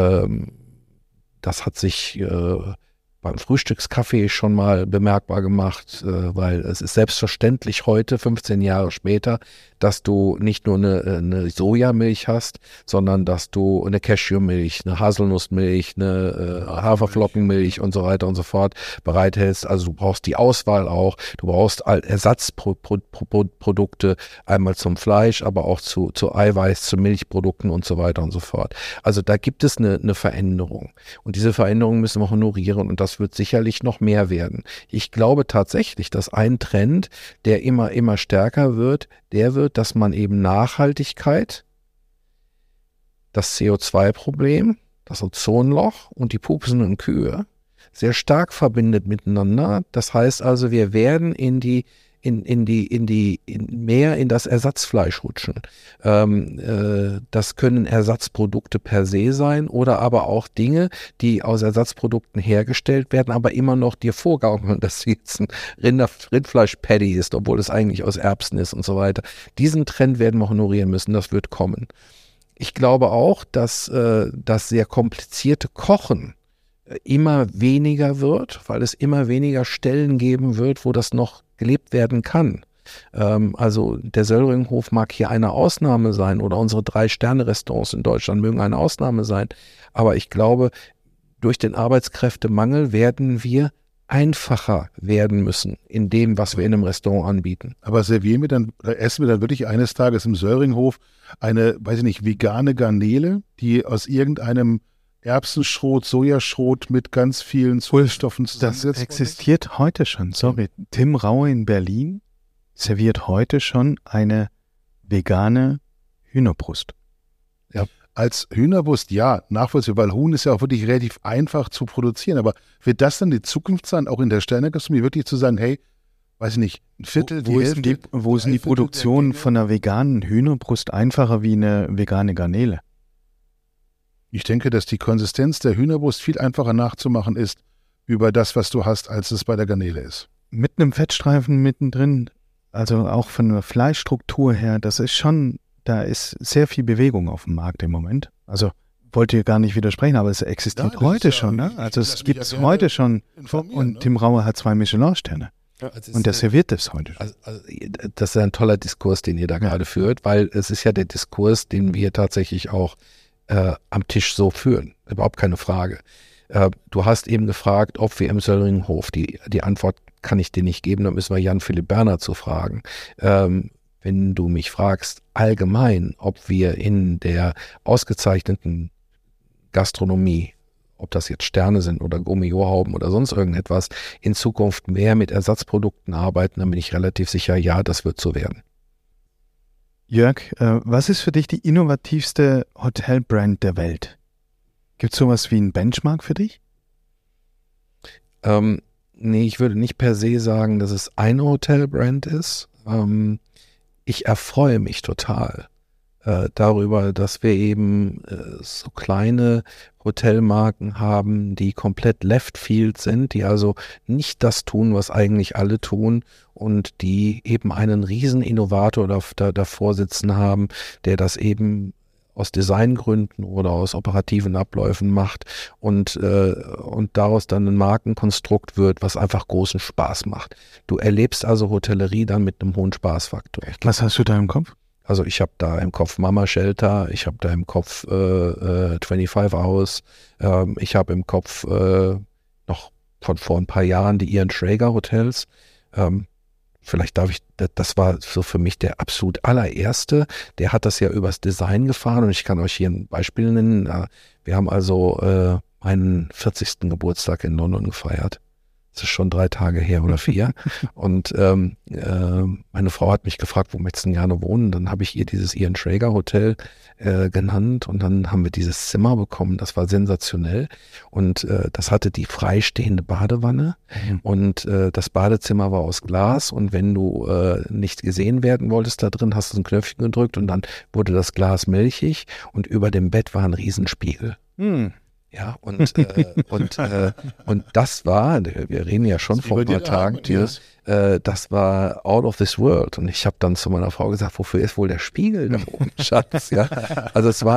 Das hat sich beim Frühstückskaffee schon mal bemerkbar gemacht, weil es ist selbstverständlich heute, 15 Jahre später, dass du nicht nur eine Sojamilch hast, sondern dass du eine Cashewmilch, eine Haselnussmilch, eine Haferflockenmilch und so weiter und so fort bereithältst. Also du brauchst die Auswahl auch, du brauchst Ersatzprodukte, einmal zum Fleisch, aber auch zu Eiweiß, zu Milchprodukten und so weiter und so fort. Also da gibt es eine Veränderung und diese Veränderung müssen wir honorieren und das wird sicherlich noch mehr werden. Ich glaube tatsächlich, dass ein Trend, der immer stärker wird, dass man eben Nachhaltigkeit, das CO2-Problem, das Ozonloch und die pupsenden Kühe sehr stark verbindet miteinander. Das heißt also, wir werden mehr in das Ersatzfleisch rutschen. Das können Ersatzprodukte per se sein oder aber auch Dinge, die aus Ersatzprodukten hergestellt werden, aber immer noch dir vorgaukeln, dass sie jetzt ein Rindfleisch-Patty ist, obwohl es eigentlich aus Erbsen ist und so weiter. Diesen Trend werden wir honorieren müssen, das wird kommen. Ich glaube auch, dass das sehr komplizierte Kochen immer weniger wird, weil es immer weniger Stellen geben wird, wo das noch gelebt werden kann. Also der Söllringhof mag hier eine Ausnahme sein oder unsere 3-Sterne-Restaurants in Deutschland mögen eine Ausnahme sein. Aber ich glaube, durch den Arbeitskräftemangel werden wir einfacher werden müssen in dem, was wir in einem Restaurant anbieten. Aber essen wir dann wirklich eines Tages im Söllringhof eine, weiß ich nicht, vegane Garnele, die aus irgendeinem Erbsenschrot, Sojaschrot mit ganz vielen Zusatzstoffen zusammengesetzt. Das existiert heute schon. Sorry, Tim Raue in Berlin serviert heute schon eine vegane Hühnerbrust. Ja. Als Hühnerbrust, ja, nachvollziehbar, weil Huhn ist ja auch wirklich relativ einfach zu produzieren. Aber wird das dann die Zukunft sein, auch in der Sternegastronomie, wirklich zu sagen, hey, weiß ich nicht, ein Viertel, wo ist die Produktion von einer veganen Hühnerbrust einfacher wie eine vegane Garnele? Ich denke, dass die Konsistenz der Hühnerbrust viel einfacher nachzumachen ist über das, was du hast, als es bei der Garnele ist. Mit einem Fettstreifen mittendrin, also auch von der Fleischstruktur her, das ist schon, da ist sehr viel Bewegung auf dem Markt im Moment. Also wollte ich gar nicht widersprechen, aber es existiert heute schon. Ne? Also es gibt es heute schon und Tim Raue hat 2 Michelin-Sterne. Ja, und der serviert das heute schon. Also das ist ein toller Diskurs, den ihr da gerade führt, weil es ist ja der Diskurs, den wir tatsächlich auch am Tisch so führen. Überhaupt keine Frage. Du hast eben gefragt, ob wir im Söllringhof, die Antwort kann ich dir nicht geben, da müssen wir Jan-Philipp Berner zu fragen. Wenn du mich fragst, allgemein, ob wir in der ausgezeichneten Gastronomie, ob das jetzt Sterne sind oder Gourmillot-Hauben oder sonst irgendetwas, in Zukunft mehr mit Ersatzprodukten arbeiten, dann bin ich relativ sicher, ja, das wird so werden. Jörg, was ist für dich die innovativste Hotelbrand der Welt? Gibt es sowas wie einen Benchmark für dich? Nee, ich würde nicht per se sagen, dass es eine Hotelbrand ist. Ich erfreue mich total darüber, dass wir eben so kleine Hotelmarken haben, die komplett left field sind, die also nicht das tun, was eigentlich alle tun und die eben einen riesen Innovator davor sitzen haben, der das eben aus Designgründen oder aus operativen Abläufen macht und daraus dann ein Markenkonstrukt wird, was einfach großen Spaß macht. Du erlebst also Hotellerie dann mit einem hohen Spaßfaktor. Was hast du da im Kopf? Also ich habe da im Kopf Mama Shelter, ich habe da im Kopf 25 Hours, ich habe im Kopf noch von vor ein paar Jahren die Ian Schrager Hotels. Vielleicht darf ich, das war so für mich der absolut allererste. Der hat das ja übers Design gefahren und ich kann euch hier ein Beispiel nennen. Wir haben also meinen 40. Geburtstag in London gefeiert. Das ist schon 3 Tage her oder 4. Und meine Frau hat mich gefragt, wo möchtest du denn gerne wohnen? Dann habe ich ihr dieses Ian Schrager Hotel genannt und dann haben wir dieses Zimmer bekommen. Das war sensationell. Und das hatte die freistehende Badewanne und das Badezimmer war aus Glas und wenn du nicht gesehen werden wolltest da drin, hast du ein Knöpfchen gedrückt und dann wurde das Glas milchig und über dem Bett war ein Riesenspiegel. Ja, und das war, wir reden ja schon vor ein paar Tagen, das war out of this world. Und ich habe dann zu meiner Frau gesagt, wofür ist wohl der Spiegel da oben, Schatz? Ja, also es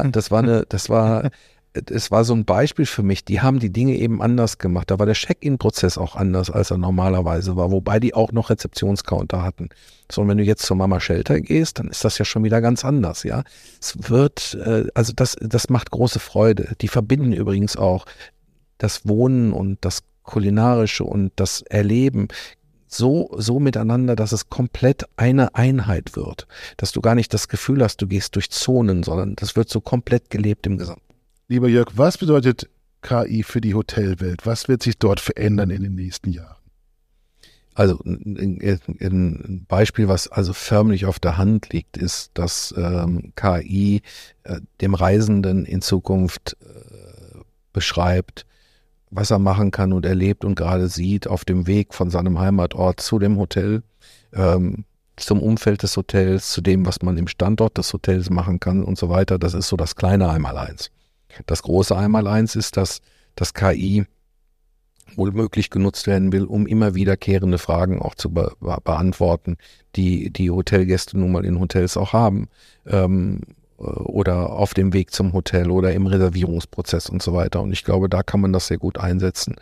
war so ein Beispiel für mich. Die haben die Dinge eben anders gemacht. Da war der Check-in-Prozess auch anders, als er normalerweise war, wobei die auch noch Rezeptionscounter hatten. So, und wenn du jetzt zur Mama Shelter gehst, dann ist das ja schon wieder ganz anders, ja. Es wird, also das macht große Freude. Die verbinden übrigens auch das Wohnen und das Kulinarische und das Erleben so miteinander, dass es komplett eine Einheit wird. Dass du gar nicht das Gefühl hast, du gehst durch Zonen, sondern das wird so komplett gelebt im Gesamten. Lieber Jörg, was bedeutet KI für die Hotelwelt? Was wird sich dort verändern in den nächsten Jahren? Also ein Beispiel, was also förmlich auf der Hand liegt, ist, dass KI dem Reisenden in Zukunft beschreibt, was er machen kann und erlebt und gerade sieht auf dem Weg von seinem Heimatort zu dem Hotel, zum Umfeld des Hotels, zu dem, was man im Standort des Hotels machen kann und so weiter. Das ist so das kleine Einmaleins. Das große Einmaleins ist, dass das KI wohl möglich genutzt werden will, um immer wiederkehrende Fragen auch zu beantworten, die Hotelgäste nun mal in Hotels auch haben. Oder auf dem Weg zum Hotel oder im Reservierungsprozess und so weiter. Und ich glaube, da kann man das sehr gut einsetzen.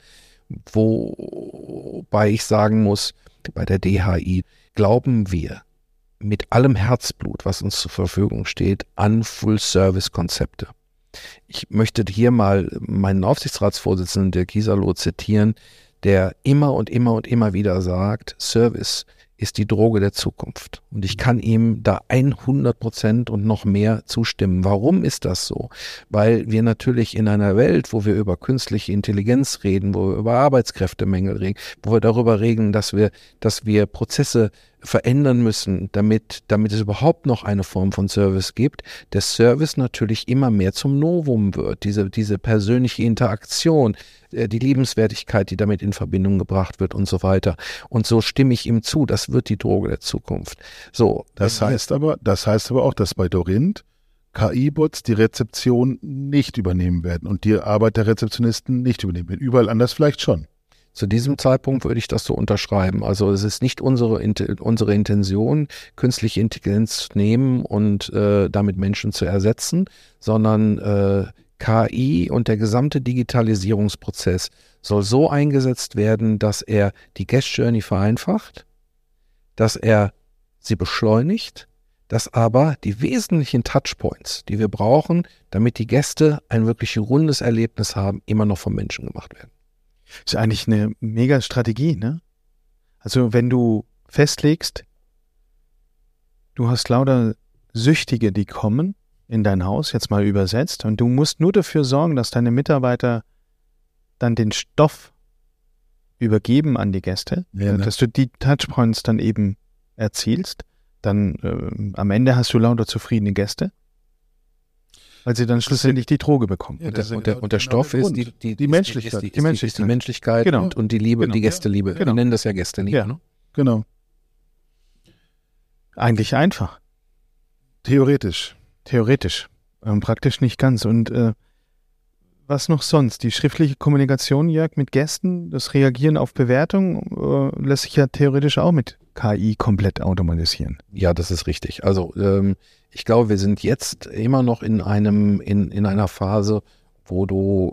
Wobei ich sagen muss, bei der DHI glauben wir mit allem Herzblut, was uns zur Verfügung steht, an Full-Service-Konzepte. Ich möchte hier mal meinen Aufsichtsratsvorsitzenden, Dirk Kieserloh, zitieren, der immer und immer und immer wieder sagt, Service ist die Droge der Zukunft. Und ich kann ihm da 100% und noch mehr zustimmen. Warum ist das so? Weil wir natürlich in einer Welt, wo wir über künstliche Intelligenz reden, wo wir über Arbeitskräftemängel reden, wo wir darüber reden, dass wir Prozesse verändern müssen, damit es überhaupt noch eine Form von Service gibt, der Service natürlich immer mehr zum Novum wird. Diese persönliche Interaktion, die Liebenswertigkeit, die damit in Verbindung gebracht wird und so weiter. Und so stimme ich ihm zu, das wird die Droge der Zukunft. So, das heißt aber auch, dass bei Dorint KI-Bots die Rezeption nicht übernehmen werden und die Arbeit der Rezeptionisten nicht übernehmen werden. Überall anders vielleicht schon. Zu diesem Zeitpunkt würde ich das so unterschreiben. Also es ist nicht unsere Intention, künstliche Intelligenz zu nehmen und damit Menschen zu ersetzen, sondern KI und der gesamte Digitalisierungsprozess soll so eingesetzt werden, dass er die Guest Journey vereinfacht, dass er sie beschleunigt, dass aber die wesentlichen Touchpoints, die wir brauchen, damit die Gäste ein wirklich rundes Erlebnis haben, immer noch vom Menschen gemacht werden. Das ist eigentlich eine mega Strategie, ne? Also wenn du festlegst, du hast lauter Süchtige, die kommen in dein Haus, jetzt mal übersetzt, und du musst nur dafür sorgen, dass deine Mitarbeiter dann den Stoff übergeben an die Gäste, dass du die Touchpoints dann eben erzielst, dann am Ende hast du lauter zufriedene Gäste, weil sie dann schlussendlich die Droge bekommen. Ja, und der Stoff ist die Menschlichkeit. Die Menschlichkeit genau. und die Liebe, die Gästeliebe. Genau. Wir nennen das ja Gästeliebe. Ja. Ne? Genau. Eigentlich einfach. Theoretisch. Praktisch nicht ganz. Und was noch sonst? Die schriftliche Kommunikation, Jörg, mit Gästen, das Reagieren auf Bewertungen lässt sich ja theoretisch auch mit KI komplett automatisieren. Ja, das ist richtig. Also ich glaube, wir sind jetzt immer noch in einer Phase, wo du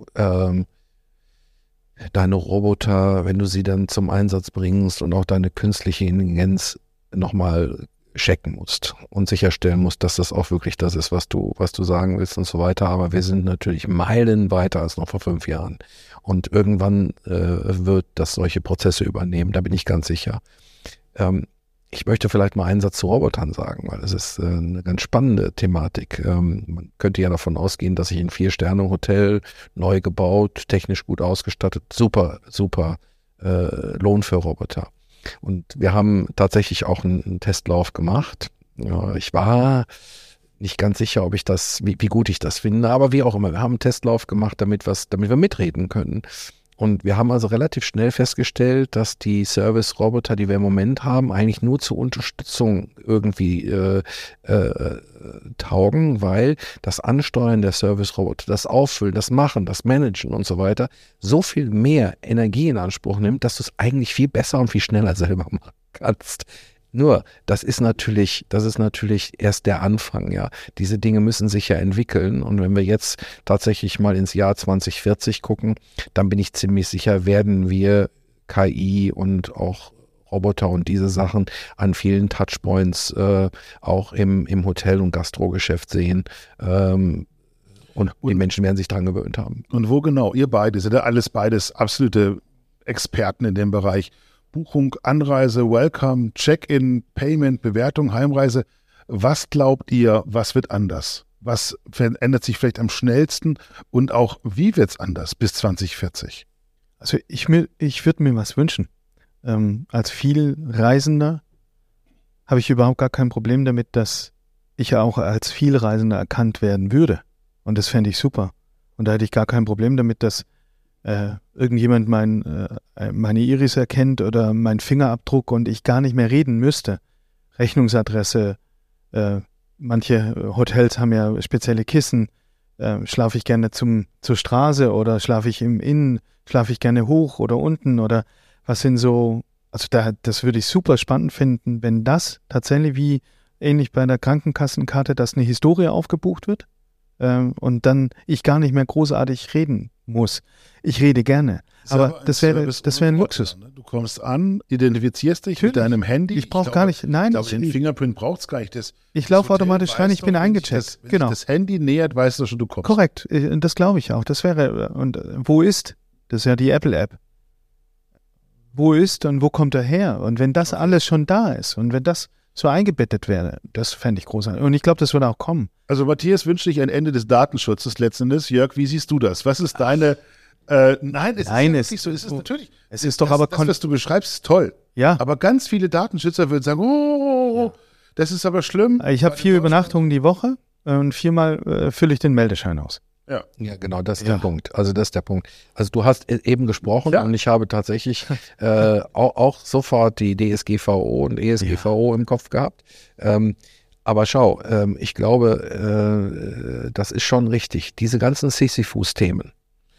deine Roboter, wenn du sie dann zum Einsatz bringst und auch deine künstliche Intelligenz nochmal checken musst und sicherstellen musst, dass das auch wirklich das ist, was du sagen willst und so weiter. Aber wir sind natürlich Meilen weiter als noch vor 5 Jahren. Und irgendwann wird das solche Prozesse übernehmen, da bin ich ganz sicher. Ich möchte vielleicht mal einen Satz zu Robotern sagen, weil es ist eine ganz spannende Thematik. Man könnte ja davon ausgehen, dass ich ein 4-Sterne-Hotel, neu gebaut, technisch gut ausgestattet, super Lohn für Roboter. Und wir haben tatsächlich auch einen Testlauf gemacht. Ja, ich war nicht ganz sicher, ob ich wie gut ich das finde, aber wie auch immer. Wir haben einen Testlauf gemacht, damit wir mitreden können. Und wir haben also relativ schnell festgestellt, dass die Service-Roboter, die wir im Moment haben, eigentlich nur zur Unterstützung irgendwie taugen, weil das Ansteuern der Service-Roboter, das Auffüllen, das Machen, das Managen und so weiter so viel mehr Energie in Anspruch nimmt, dass du es eigentlich viel besser und viel schneller selber machen kannst. Nur, das ist natürlich erst der Anfang, ja. Diese Dinge müssen sich ja entwickeln und wenn wir jetzt tatsächlich mal ins Jahr 2040 gucken, dann bin ich ziemlich sicher, werden wir KI und auch Roboter und diese Sachen an vielen Touchpoints auch im Hotel- und Gastrogeschäft sehen. Und die Menschen werden sich daran gewöhnt haben. Und wo genau? Ihr beide seid ja beides absolute Experten in dem Bereich. Buchung, Anreise, Welcome, Check-in, Payment, Bewertung, Heimreise. Was glaubt ihr, was wird anders? Was verändert sich vielleicht am schnellsten und auch wie wird es anders bis 2040? Also ich würde mir was wünschen. Als Vielreisender habe ich überhaupt gar kein Problem damit, dass ich auch als Vielreisender erkannt werden würde. Und das fände ich super. Und da hätte ich gar kein Problem damit, dass irgendjemand meine Iris erkennt oder meinen Fingerabdruck und ich gar nicht mehr reden müsste. Rechnungsadresse, manche Hotels haben ja spezielle Kissen, schlafe ich gerne zur Straße oder schlafe ich im Innen, schlafe ich gerne hoch oder unten oder was sind so, also das würde ich super spannend finden, wenn das tatsächlich wie ähnlich bei der Krankenkassenkarte, dass eine Historie aufgebucht wird und dann ich gar nicht mehr großartig reden muss. Ich rede gerne, aber das wäre ein Luxus. Ne? Du kommst an, identifizierst dich mit deinem Handy. Ich brauche gar nicht, nein. Ich glaube, den Fingerprint braucht es gar nicht. Ich laufe automatisch rein, ich bin eingecheckt. Wenn sich das Handy nähert, weißt du schon, du kommst. Korrekt, das glaube ich auch. Das wäre, und wo ist? Das ist ja die Apple-App. Wo ist und wo kommt er her? Und wenn das alles schon da ist und wenn das so eingebettet wäre, das fände ich großartig. Und ich glaube, das würde auch kommen. Also Matthias wünscht sich ein Ende des Datenschutzes letzten Endes. Jörg, wie siehst du das? Was ist deine... Nein, es ist nicht so. Es ist natürlich... Es ist doch aber... Das, was du beschreibst, ist toll. Ja. Aber ganz viele Datenschützer würden sagen, das ist aber schlimm. Ich habe 4 Übernachtungen die Woche und 4-mal fülle ich den Meldeschein aus. Ja, genau, das ist der Punkt. Also das ist der Punkt. Also du hast eben gesprochen und ich habe tatsächlich auch sofort die DSGVO und ESGVO im Kopf gehabt. Aber schau, ich glaube, das ist schon richtig. Diese ganzen Sisyphus-Themen,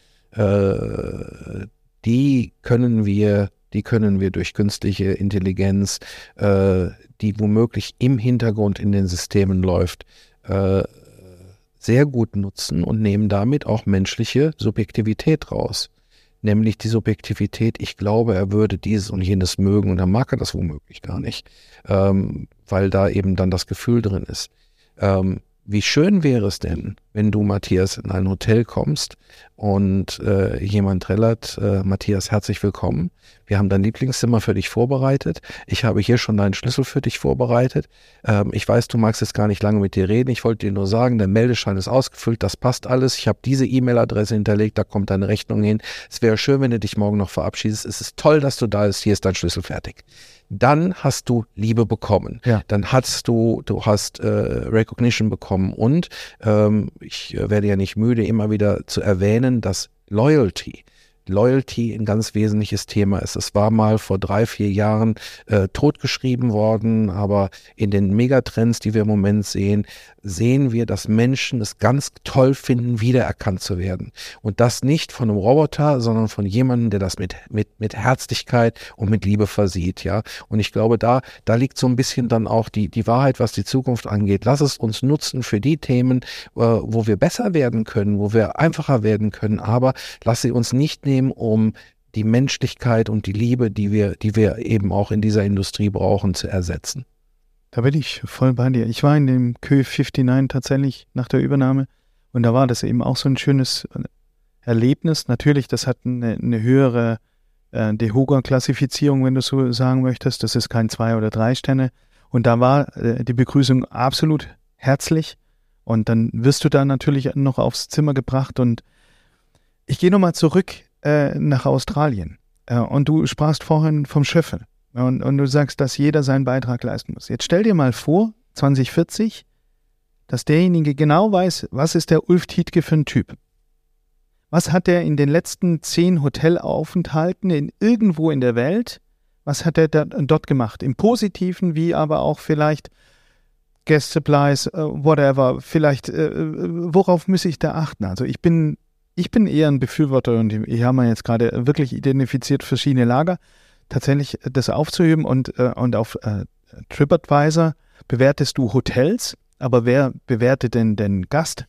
die können wir durch künstliche Intelligenz, die womöglich im Hintergrund in den Systemen läuft, sehr gut nutzen und nehmen damit auch menschliche Subjektivität raus. Nämlich die Subjektivität, ich glaube, er würde dieses und jenes mögen und dann mag er das womöglich gar nicht, weil da eben dann das Gefühl drin ist. Wie schön wäre es denn, wenn du, Matthias, in ein Hotel kommst und jemand trällert, Matthias, herzlich willkommen. Wir haben dein Lieblingszimmer für dich vorbereitet. Ich habe hier schon deinen Schlüssel für dich vorbereitet. Ich weiß, du magst jetzt gar nicht lange mit dir reden. Ich wollte dir nur sagen, der Meldeschein ist ausgefüllt, das passt alles. Ich habe diese E-Mail-Adresse hinterlegt, da kommt deine Rechnung hin. Es wäre schön, wenn du dich morgen noch verabschiedest. Es ist toll, dass du da bist. Hier ist dein Schlüssel fertig. Dann hast du Liebe bekommen. Ja. Dann hast du hast Recognition bekommen und ich werde ja nicht müde, immer wieder zu erwähnen, dass Loyalty, Loyalty ein ganz wesentliches Thema ist. Es war mal vor 3-4 Jahren totgeschrieben worden, aber in den Megatrends, die wir im Moment sehen wir, dass Menschen es ganz toll finden, wiedererkannt zu werden. Und das nicht von einem Roboter, sondern von jemandem, der das mit Herzlichkeit und mit Liebe versieht, ja. Und ich glaube, da liegt so ein bisschen dann auch die Wahrheit, was die Zukunft angeht. Lass es uns nutzen für die Themen, wo wir besser werden können, wo wir einfacher werden können, aber lass sie uns nicht nehmen, um die Menschlichkeit und die Liebe, die wir eben auch in dieser Industrie brauchen, zu ersetzen. Da bin ich voll bei dir. Ich war in dem Q59 tatsächlich nach der Übernahme und da war das eben auch so ein schönes Erlebnis. Natürlich, das hat eine höhere DEHOGA-Klassifizierung, wenn du so sagen möchtest. Das ist kein 2 oder 3 Sterne. Und da war die Begrüßung absolut herzlich. Und dann wirst du da natürlich noch aufs Zimmer gebracht. Und ich gehe nochmal zurück nach Australien. Und du sprachst vorhin vom Schöffel. Und du sagst, dass jeder seinen Beitrag leisten muss. Jetzt stell dir mal vor, 2040, dass derjenige genau weiß, was ist der Ulf Tiedtke für ein Typ. Was hat er in den letzten 10 Hotelaufenthalten irgendwo in der Welt, was hat er dort gemacht? Im Positiven, wie aber auch vielleicht Guest Supplies, whatever, vielleicht, worauf muss ich da achten? Also ich bin eher ein Befürworter und hier haben wir jetzt gerade wirklich identifiziert verschiedene Lager, tatsächlich das aufzuheben und auf TripAdvisor bewertest du Hotels, aber wer bewertet denn den Gast?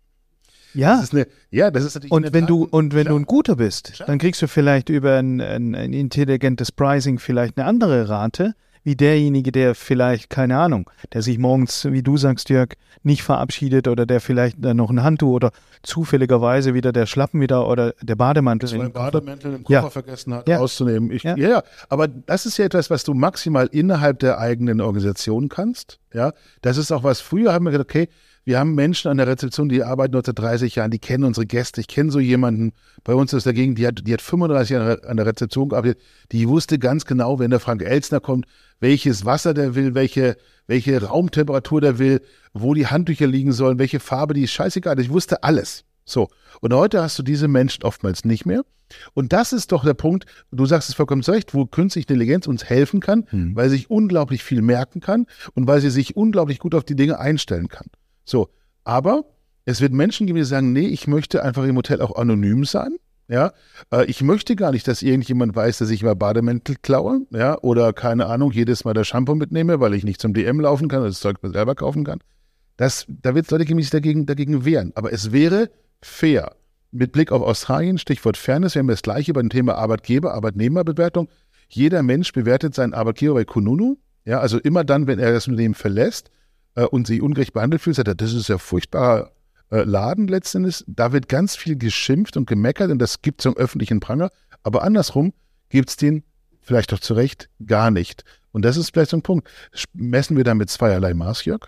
Ja, das ist natürlich und wenn du ein guter bist, Klar. dann kriegst du vielleicht über ein intelligentes Pricing vielleicht eine andere Rate, wie derjenige, der vielleicht, keine Ahnung, der sich morgens, wie du sagst, Jörg, nicht verabschiedet oder der vielleicht dann noch ein Handtuch oder zufälligerweise wieder der Schlappen wieder oder der Bademantel. Zwei Bademäntel im Koffer vergessen hat, auszunehmen. Ja. Aber das ist ja etwas, was du maximal innerhalb der eigenen Organisation kannst. Ja, das ist auch was, früher haben wir gedacht, okay, wir haben Menschen an der Rezeption, die arbeiten dort seit 30 Jahren, die kennen unsere Gäste. Ich kenne so jemanden bei uns aus der Gegend, die hat 35 Jahre an der Rezeption gearbeitet. Die wusste ganz genau, wenn der Frank Elstner kommt, welches Wasser der will, welche Raumtemperatur der will, wo die Handtücher liegen sollen, welche Farbe, die ist scheißegal. Ich wusste alles. So. Und heute hast du diese Menschen oftmals nicht mehr. Und das ist doch der Punkt, du sagst es vollkommen zu Recht, wo künstliche Intelligenz uns helfen kann, weil sie sich unglaublich viel merken kann und weil sie sich unglaublich gut auf die Dinge einstellen kann. So, aber es wird Menschen geben, die sagen, nee, ich möchte einfach im Hotel auch anonym sein. Ja, ich möchte gar nicht, dass irgendjemand weiß, dass ich mal Bademäntel klaue, ja, oder keine Ahnung, jedes Mal das Shampoo mitnehme, weil ich nicht zum DM laufen kann, oder das Zeug mir selber kaufen kann. Da wird es Leute geben, die sich dagegen wehren. Aber es wäre fair. Mit Blick auf Australien, Stichwort Fairness, wir haben das Gleiche beim Thema Arbeitgeber-Arbeitnehmerbewertung. Jeder Mensch bewertet seinen Arbeitgeber bei Kununu, ja, also immer dann, wenn er das Unternehmen verlässt und sich ungerecht behandelt fühlt, sagt er, das ist ja furchtbarer Laden letztendlich, da wird ganz viel geschimpft und gemeckert und das gibt es im öffentlichen Pranger, aber andersrum gibt es den vielleicht doch zu Recht gar nicht. Und das ist vielleicht so ein Punkt. Messen wir da mit zweierlei Maß, Jörg?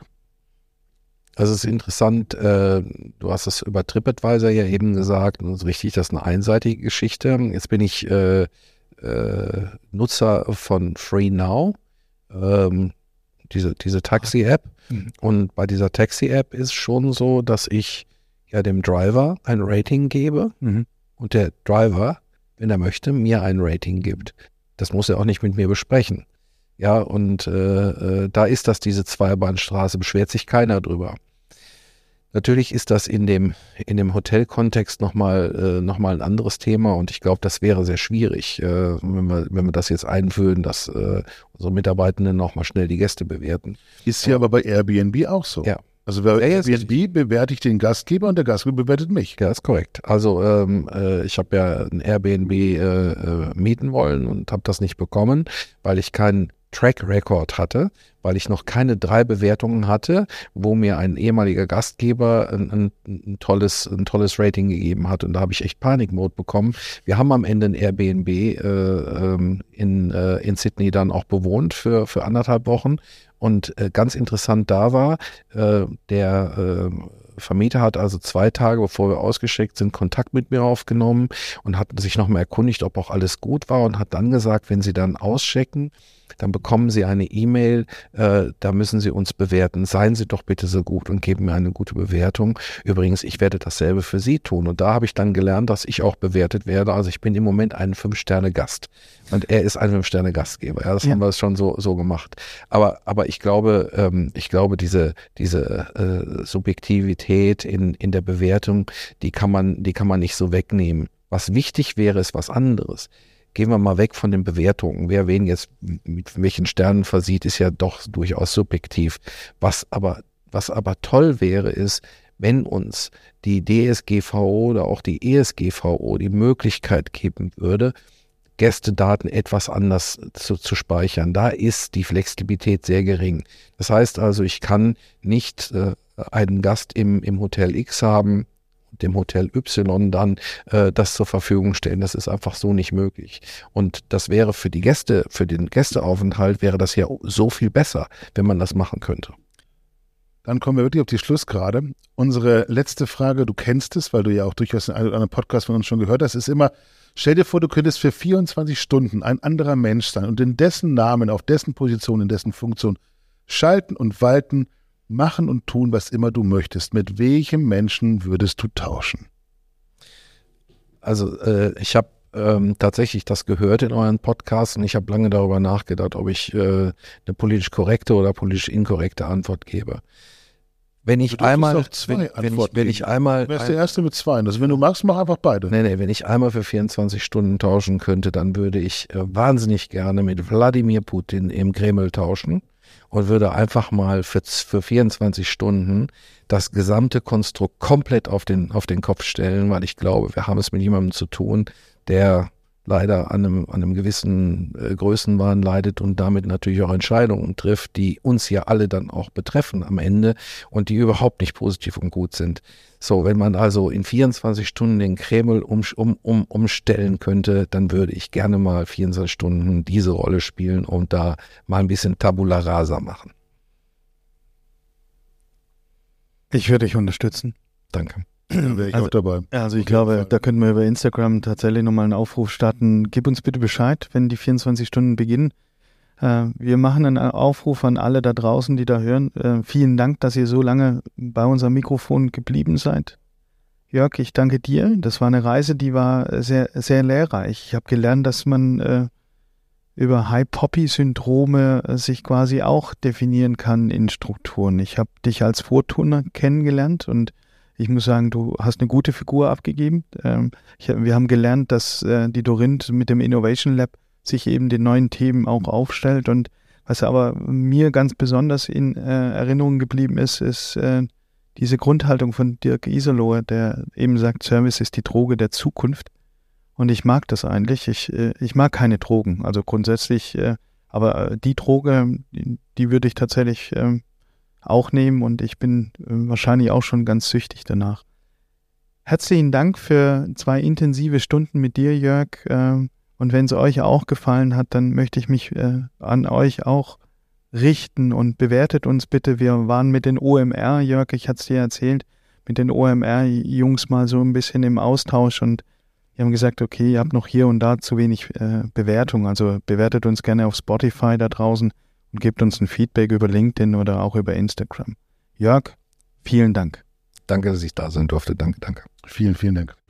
Also es ist interessant, du hast es über TripAdvisor ja eben gesagt, und das ist richtig, das ist eine einseitige Geschichte. Jetzt bin ich Nutzer von FreeNow, diese Taxi-App. Und bei dieser Taxi-App ist schon so, dass ich ja dem Driver ein Rating gebe und der Driver, wenn er möchte, mir ein Rating gibt. Das muss er auch nicht mit mir besprechen. Ja, und da ist das diese Zweibahnstraße, beschwert sich keiner drüber. Natürlich ist das in dem Hotelkontext nochmal ein anderes Thema und ich glaube, das wäre sehr schwierig, wenn wir das jetzt einführen, dass unsere Mitarbeitenden nochmal schnell die Gäste bewerten. Ist ja aber bei Airbnb auch so. Ja. Also bei Airbnb bewerte ich den Gastgeber und der Gastgeber bewertet mich. Ja, ist korrekt. Also ich habe ja ein Airbnb mieten wollen und habe das nicht bekommen, weil ich keinen Track Record hatte, weil ich noch keine 3 Bewertungen hatte, wo mir ein ehemaliger Gastgeber ein tolles Rating gegeben hat und da habe ich echt Panikmode bekommen. Wir haben am Ende ein Airbnb in Sydney dann auch bewohnt für 1,5 Wochen und ganz interessant da war, der Vermieter hat also 2 Tage, bevor wir ausgeschickt sind, Kontakt mit mir aufgenommen und hat sich nochmal erkundigt, ob auch alles gut war und hat dann gesagt, wenn Sie dann auschecken, dann bekommen Sie eine E-Mail, da müssen Sie uns bewerten. Seien Sie doch bitte so gut und geben mir eine gute Bewertung. Übrigens, ich werde dasselbe für Sie tun. Und da habe ich dann gelernt, dass ich auch bewertet werde. Also ich bin im Moment ein 5-Sterne-Gast und er ist ein 5-Sterne-Gastgeber. Ja, das haben wir schon so gemacht. Aber ich glaube, diese Subjektivität in der Bewertung, die kann man nicht so wegnehmen. Was wichtig wäre, ist was anderes. Gehen wir mal weg von den Bewertungen. Wer wen jetzt mit welchen Sternen versieht, ist ja doch durchaus subjektiv. Was aber toll wäre, ist, wenn uns die DSGVO oder auch die ESGVO die Möglichkeit geben würde, Gästedaten etwas anders zu speichern. Da ist die Flexibilität sehr gering. Das heißt also, ich kann nicht einen Gast im Hotel X haben, dem Hotel Y dann das zur Verfügung stellen. Das ist einfach so nicht möglich. Und das wäre für die Gäste, für den Gästeaufenthalt wäre das ja so viel besser, wenn man das machen könnte. Dann kommen wir wirklich auf die Schlussgerade. Unsere letzte Frage, du kennst es, weil du ja auch durchaus einen oder anderen Podcast von uns schon gehört hast, ist immer, stell dir vor, du könntest für 24 Stunden ein anderer Mensch sein und in dessen Namen, auf dessen Position, in dessen Funktion schalten und walten, machen und tun, was immer du möchtest. Mit welchem Menschen würdest du tauschen? Also ich habe tatsächlich das gehört in euren Podcasts und ich habe lange darüber nachgedacht, ob ich eine politisch korrekte oder politisch inkorrekte Antwort gebe. Wenn ich einmal, wenn ich einmal, du wärst der Erste mit 2. Also wenn du magst, mach einfach beide. Nee, wenn ich einmal für 24 Stunden tauschen könnte, dann würde ich wahnsinnig gerne mit Wladimir Putin im Kreml tauschen. Und würde einfach mal für 24 Stunden das gesamte Konstrukt komplett auf den Kopf stellen, weil ich glaube, wir haben es mit jemandem zu tun, der leider an einem gewissen Größenwahn leidet und damit natürlich auch Entscheidungen trifft, die uns ja alle dann auch betreffen am Ende und die überhaupt nicht positiv und gut sind. So, wenn man also in 24 Stunden den Kreml umstellen könnte, dann würde ich gerne mal 24 Stunden diese Rolle spielen und da mal ein bisschen Tabula Rasa machen. Ich würde dich unterstützen. Danke. Da wäre ich auch dabei. Also ich glaube, da könnten wir über Instagram tatsächlich nochmal einen Aufruf starten. Gib uns bitte Bescheid, wenn die 24 Stunden beginnen. Wir machen einen Aufruf an alle da draußen, die da hören. Vielen Dank, dass ihr so lange bei unserem Mikrofon geblieben seid. Jörg, ich danke dir. Das war eine Reise, die war sehr, sehr lehrreich. Ich habe gelernt, dass man über High-Poppy-Syndrome sich quasi auch definieren kann in Strukturen. Ich habe dich als Vorturner kennengelernt und ich muss sagen, du hast eine gute Figur abgegeben. Wir haben gelernt, dass die Dorinth mit dem Innovation Lab sich eben den neuen Themen auch aufstellt. Und was aber mir ganz besonders in Erinnerung geblieben ist, ist diese Grundhaltung von Dirk Iserloh, der eben sagt, Service ist die Droge der Zukunft. Und ich mag das eigentlich. Ich mag keine Drogen. Also grundsätzlich, aber die Droge, die würde ich tatsächlich auch nehmen und ich bin wahrscheinlich auch schon ganz süchtig danach. Herzlichen Dank für 2 intensive Stunden mit dir, Jörg. Und wenn es euch auch gefallen hat, dann möchte ich mich an euch auch richten und bewertet uns bitte. Wir waren mit den OMR, Jörg, ich hatte es dir erzählt, mit den OMR-Jungs mal so ein bisschen im Austausch und die haben gesagt, okay, ihr habt noch hier und da zu wenig Bewertung, also bewertet uns gerne auf Spotify da draußen und gebt uns ein Feedback über LinkedIn oder auch über Instagram. Jörg, vielen Dank. Danke, dass ich da sein durfte. Danke. Vielen, vielen Dank.